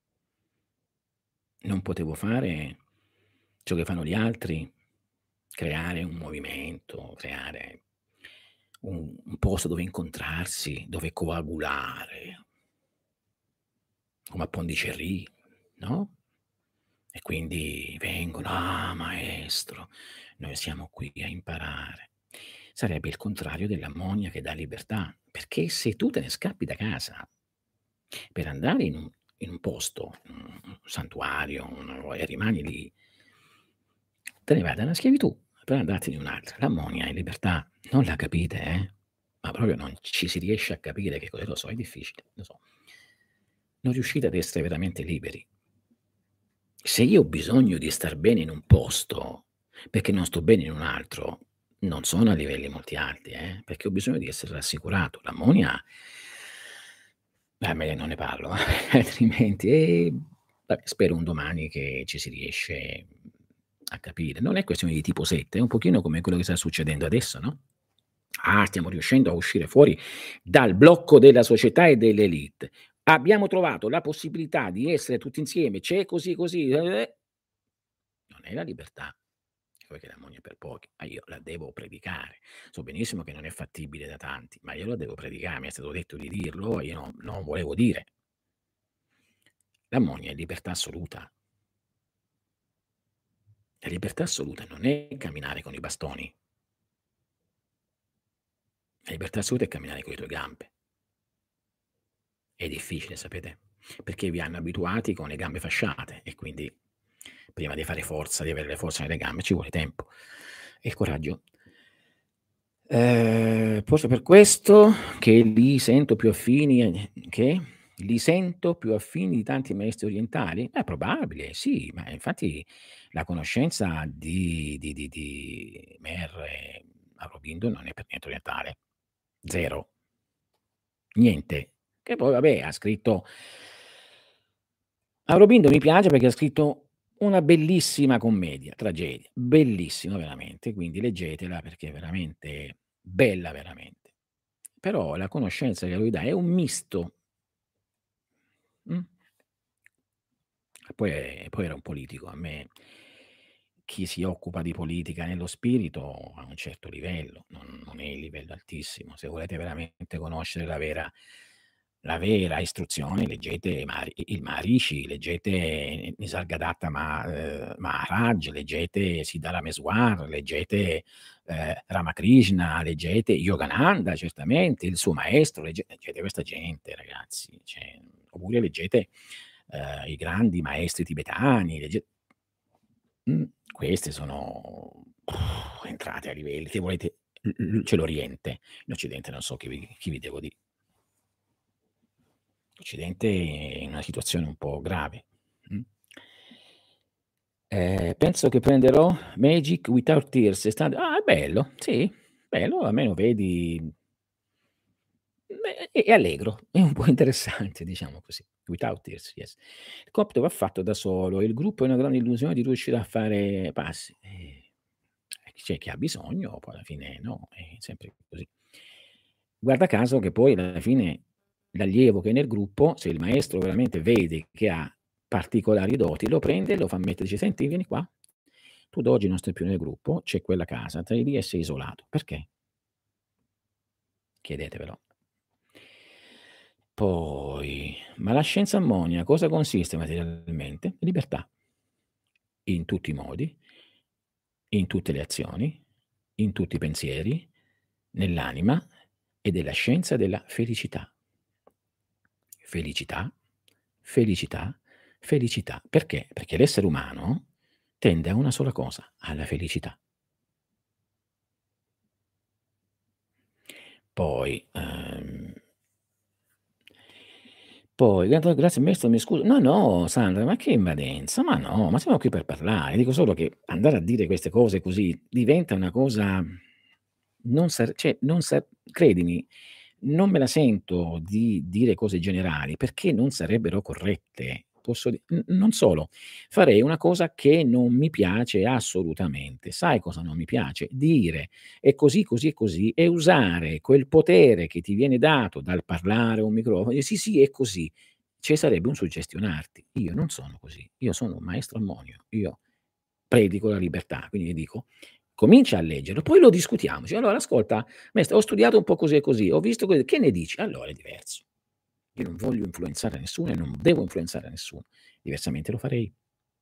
non potevo fare ciò che fanno gli altri? Creare un movimento, creare un un posto dove incontrarsi, dove coagulare come a Pondicherry, no, e quindi vengono: "Ah, maestro, noi siamo qui a imparare." Sarebbe il contrario dell'ammonia che dà libertà, perché se tu te ne scappi da casa per andare in un in un posto, un un santuario, un e rimani lì, te ne vai da una schiavitù per andartene in un'altra. L'ammonia è libertà, non la capite, eh? Ma proprio non ci si riesce a capire che cos'è, lo so, è difficile, lo so. Non riuscite ad essere veramente liberi. Se io ho bisogno di star bene in un posto, perché non sto bene in un altro, non sono a livelli molti alti, eh, perché ho bisogno di essere rassicurato. L'ammonia eh, meglio non ne parlo, altrimenti e vabbè, spero un domani che ci si riesce a capire. Non è questione di tipo sette, è un pochino come quello che sta succedendo adesso, no? Ah, stiamo riuscendo a uscire fuori dal blocco della società e dell'élite. Abbiamo trovato la possibilità di essere tutti insieme, c'è così, così, eh, non è la libertà. Perché l'ammonia è per pochi, ma io la devo predicare. So benissimo che non è fattibile da tanti, ma io la devo predicare. Mi è stato detto di dirlo e io no non volevo dire. L'ammonia è libertà assoluta. La libertà assoluta non è camminare con i bastoni. La libertà assoluta è camminare con le tue gambe. È difficile, sapete, perché vi hanno abituati con le gambe fasciate e quindi prima di fare forza, di avere le forze nelle gambe ci vuole tempo e il coraggio. Ehm, forse per questo che li sento più affini e che? Li sento più affini di tanti maestri orientali? È probabile, sì, ma infatti la conoscenza di di di di Meher Aurobindo non è per niente orientale. zero. Niente. Che poi vabbè ha scritto Aurobindo mi piace perché ha scritto una bellissima commedia, tragedia, bellissima veramente, quindi leggetela perché è veramente bella veramente. Però la conoscenza che lui dà è un misto, mh? Poi è poi era un politico, a me chi si occupa di politica nello spirito a un certo livello, non non è il livello altissimo. Se volete veramente conoscere la vera la vera istruzione leggete Mari il Maharishi, leggete Nisargadatta Ma ehm, Maharaj, leggete Siddharameswar, leggete, ehm, Ramakrishna, leggete Yogananda certamente, il suo maestro, legge leggete questa gente ragazzi, cioè, oppure leggete, ehm, i grandi maestri tibetani, legge mhmm, queste sono entrate a livelli che volete l l c'è l'Oriente, in Occidente non so chi vi chi vi devo di L'Occidente è in una situazione un po' grave, mh. Ehm, penso che prenderò Magic Without Tears, è stat ah, è bello, sì, bello, almeno vedi beh, è è allegro, è un po' interessante, diciamo così. Without Tears, yes. Il compito va fatto da solo, il gruppo è una grande illusione di riuscire a fare passi. Eh, c'è chi ha bisogno, poi alla fine no, è sempre così. Guarda caso che poi alla fine l'allievo che è nel gruppo, se il maestro veramente vede che ha particolari doti, lo prende e lo fa mettere, dice: "Senti, vieni qua, tu da oggi non stai più nel gruppo, c'è quella casa, stai lì e sei isolato." Perché? Chiedetevelo. Poi, ma la scienza ammonia cosa consiste materialmente? Libertà, in tutti i modi, in tutte le azioni, in tutti i pensieri, nell'anima ed è la scienza della felicità. Felicità, felicità, felicità. Perché? Perché l'essere umano tende a una sola cosa, alla felicità. Poi, ehm poi "Gra grazie maestro, mi scuso" "No, no Sandra, ma che invadenza, ma no, ma siamo qui per parlare." Dico solo che andare a dire queste cose così diventa una cosa non ser cioè non ser credimi, non me la sento di dire cose generali perché non sarebbero corrette. Posso di n non solo, farei una cosa che non mi piace assolutamente. Sai cosa non mi piace? Dire: "È così, così e così" e usare quel potere che ti viene dato dal parlare a un microfono e: "Sì, sì, è così." Ci sarebbe un suggestionarti. Io non sono così, io sono un maestro ammonio, io predico la libertà, quindi dico: "Comincia a leggerlo, poi lo discutiamo." Dici: "Allora ascolta maestro, ho studiato un po' così e così, ho visto que che ne dici?" Allora è diverso. Io non voglio influenzare nessuno e non devo influenzare nessuno, diversamente lo farei.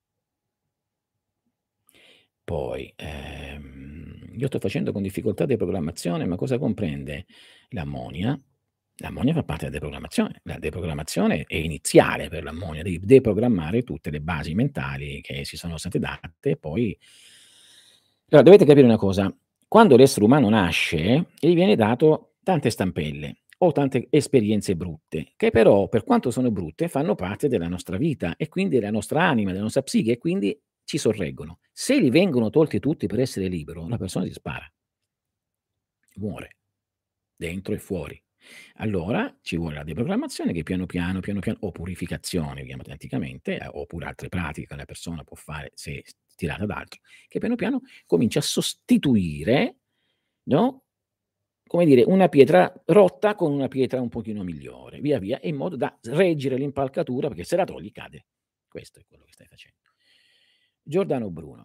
Poi, ehm, io sto facendo con difficoltà deprogrammazione, ma cosa comprende l'ammonia? L'ammonia fa parte della deprogrammazione. La deprogrammazione è iniziale per l'ammonia, devi deprogrammare tutte le basi mentali che si sono state date e poi allora dovete capire una cosa, quando l'essere umano nasce gli viene dato tante stampelle o tante esperienze brutte, che però per quanto sono brutte fanno parte della nostra vita e quindi della nostra anima, della nostra psiche e quindi ci sorreggono. Se li vengono tolti tutti per essere libero, la persona si spara, muore, dentro e fuori. Allora ci vuole la deprogrammazione che piano piano, piano piano o purificazione, chiamata anticamente, eh, oppure altre pratiche che la persona può fare se s tirata ad altro, che piano piano comincia a sostituire, no, come dire, una pietra rotta con una pietra un pochino migliore, via via, in modo da s reggere l'impalcatura, perché se la togli cade. Questo è quello che stai facendo. Giordano Bruno.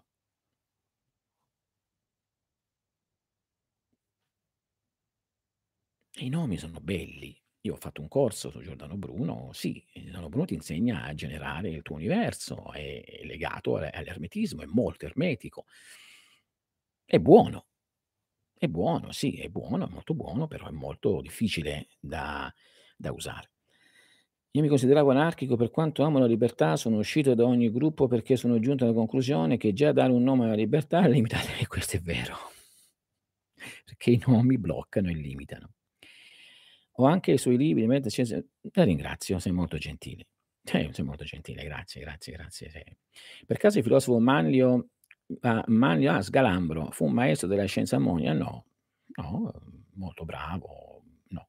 E i nomi sono belli. Io ho fatto un corso su Giordano Bruno, sì, e Giordano Bruno ti insegna a generare il tuo universo, è è legato a all'ermetismo, è molto ermetico. È buono, è buono, sì, è buono, è molto buono, però è molto difficile da da usare. Io mi consideravo anarchico per quanto amo la libertà, sono uscito da ogni gruppo perché sono giunto alla conclusione che già dare un nome alla libertà è limitare e questo è vero, perché i nomi bloccano e limitano. Ho anche i suoi libri, mentre c'è se la ringrazio, sei molto gentile. Eh, sei molto gentile, grazie, grazie, grazie, sì. Per caso il filosofo Manlio a Manlio ah, Sgalambro fu un maestro della scienza ammonia? No, no, molto bravo, no.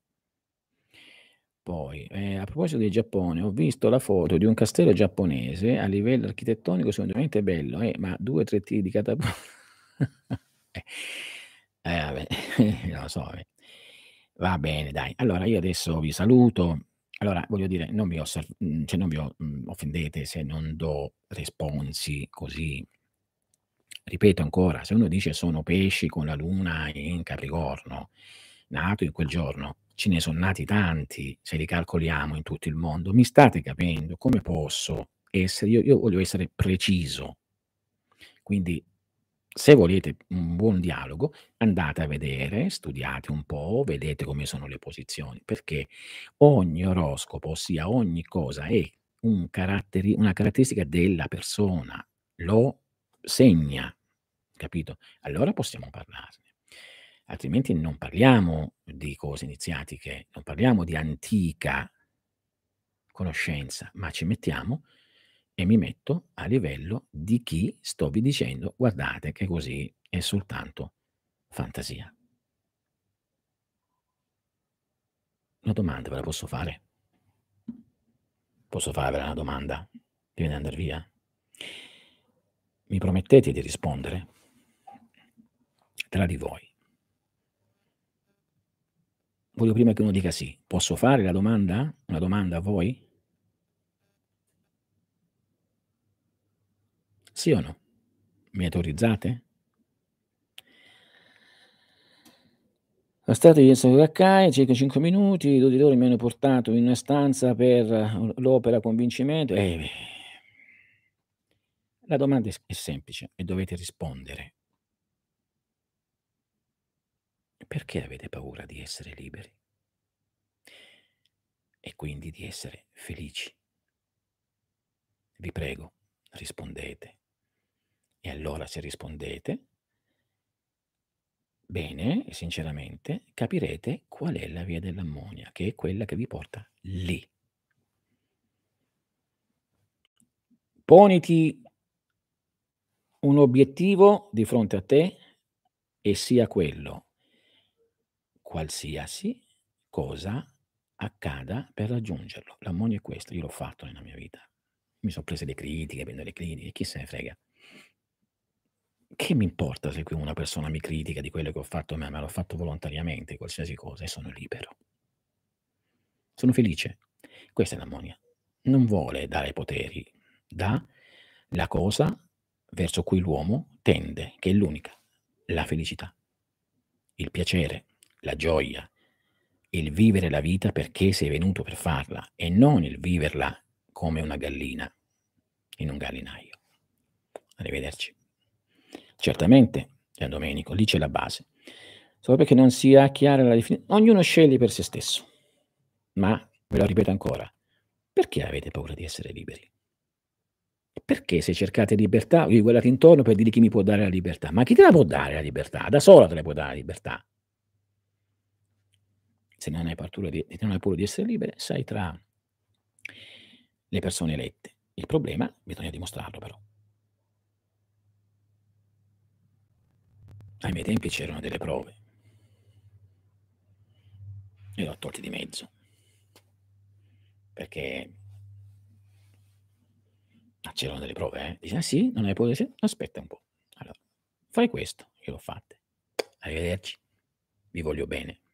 Poi, ehm, a proposito del Giappone, ho visto la foto di un castello giapponese, a livello architettonico sicuramente bello, eh, ma due, tre tiri di catapu eh, eh vabbè, lo so, eh. Va bene dai. Allora io adesso vi saluto. Allora voglio dire, non vi osser mhmm, cioè non vi o mhmm, offendete se non do responsi così. Ripeto ancora, se uno dice: "Sono pesci con la luna in Capricorno, nato in quel giorno", ce ne son nati tanti, se li calcoliamo in tutto il mondo. Mi state capendo? Come posso essere io io voglio essere preciso. Quindi Se volete un buon dialogo, andate a vedere, studiate un po', vedete come sono le posizioni, perché ogni oroscopo, ossia ogni cosa è un caratteri una caratteristica della persona, lo segna, capito? Allora possiamo parlarne. Altrimenti non parliamo di cose iniziatiche, non parliamo di antica conoscenza, ma ci mettiamo e mi metto a livello di chi sto vi dicendo: "Guardate che così è soltanto fantasia". Una domanda ve la posso fare? Posso farvela una domanda prima di andar via? Mi promettete di rispondere? Tra di voi. Voglio prima che uno dica sì. Posso fare la domanda? Una domanda a voi? Sì o no? Mi autorizzate? La strada di Vicenza Caccai, circa cinque minuti, i roditori mi hanno portato in una stanza per l l'opera convincimento eh beh. La domanda è s è semplice e dovete rispondere. Perché avete paura di essere liberi? E quindi di essere felici? Vi prego, rispondete. E allora se rispondete bene e sinceramente, capirete qual è la via dell'ammonia, che è quella che vi porta lì. Poniti un obiettivo di fronte a te e sia quello qualsiasi cosa accada per raggiungerlo. L'ammonio è questo, io l'ho fatto nella mia vita. Mi son prese le critiche, prendo le critiche, chi se ne frega. Che mi importa se qui una persona mi critica di quello che ho fatto, ma ma l'ho fatto volontariamente, qualsiasi cosa, e sono libero. Sono felice. Questa è l'armonia. Non vuole dare poteri, dà la cosa verso cui l'uomo tende, che è l'unica, la felicità, il piacere, la gioia, il vivere la vita perché sei venuto per farla e non il viverla come una gallina in un gallinaio. Arrivederci. Certamente, Gian Domenico, lì c'è la base. Solo perché non si ha chiara la defini ognuno sceglie per se stesso. Ma, ve lo ripeto ancora, perché avete paura di essere liberi? E perché se cercate libertà vi guardate intorno per dire: "Chi mi può dare la libertà?" Ma chi te la può dare la libertà? Da sola te la puoi dare la libertà. Se non hai partura di se non hai paura di essere libere, sei tra le persone elette. Il problema bisogna dimostrarlo però. Ai miei tempi c'erano delle prove. E le ho tolte di mezzo. Perché ma c'erano delle prove, eh. Dici: "Ah sì? Non hai paura di esse" aspetta un po'. Allora, fai questo, io l'ho fatte. Arrivederci. Vi voglio bene.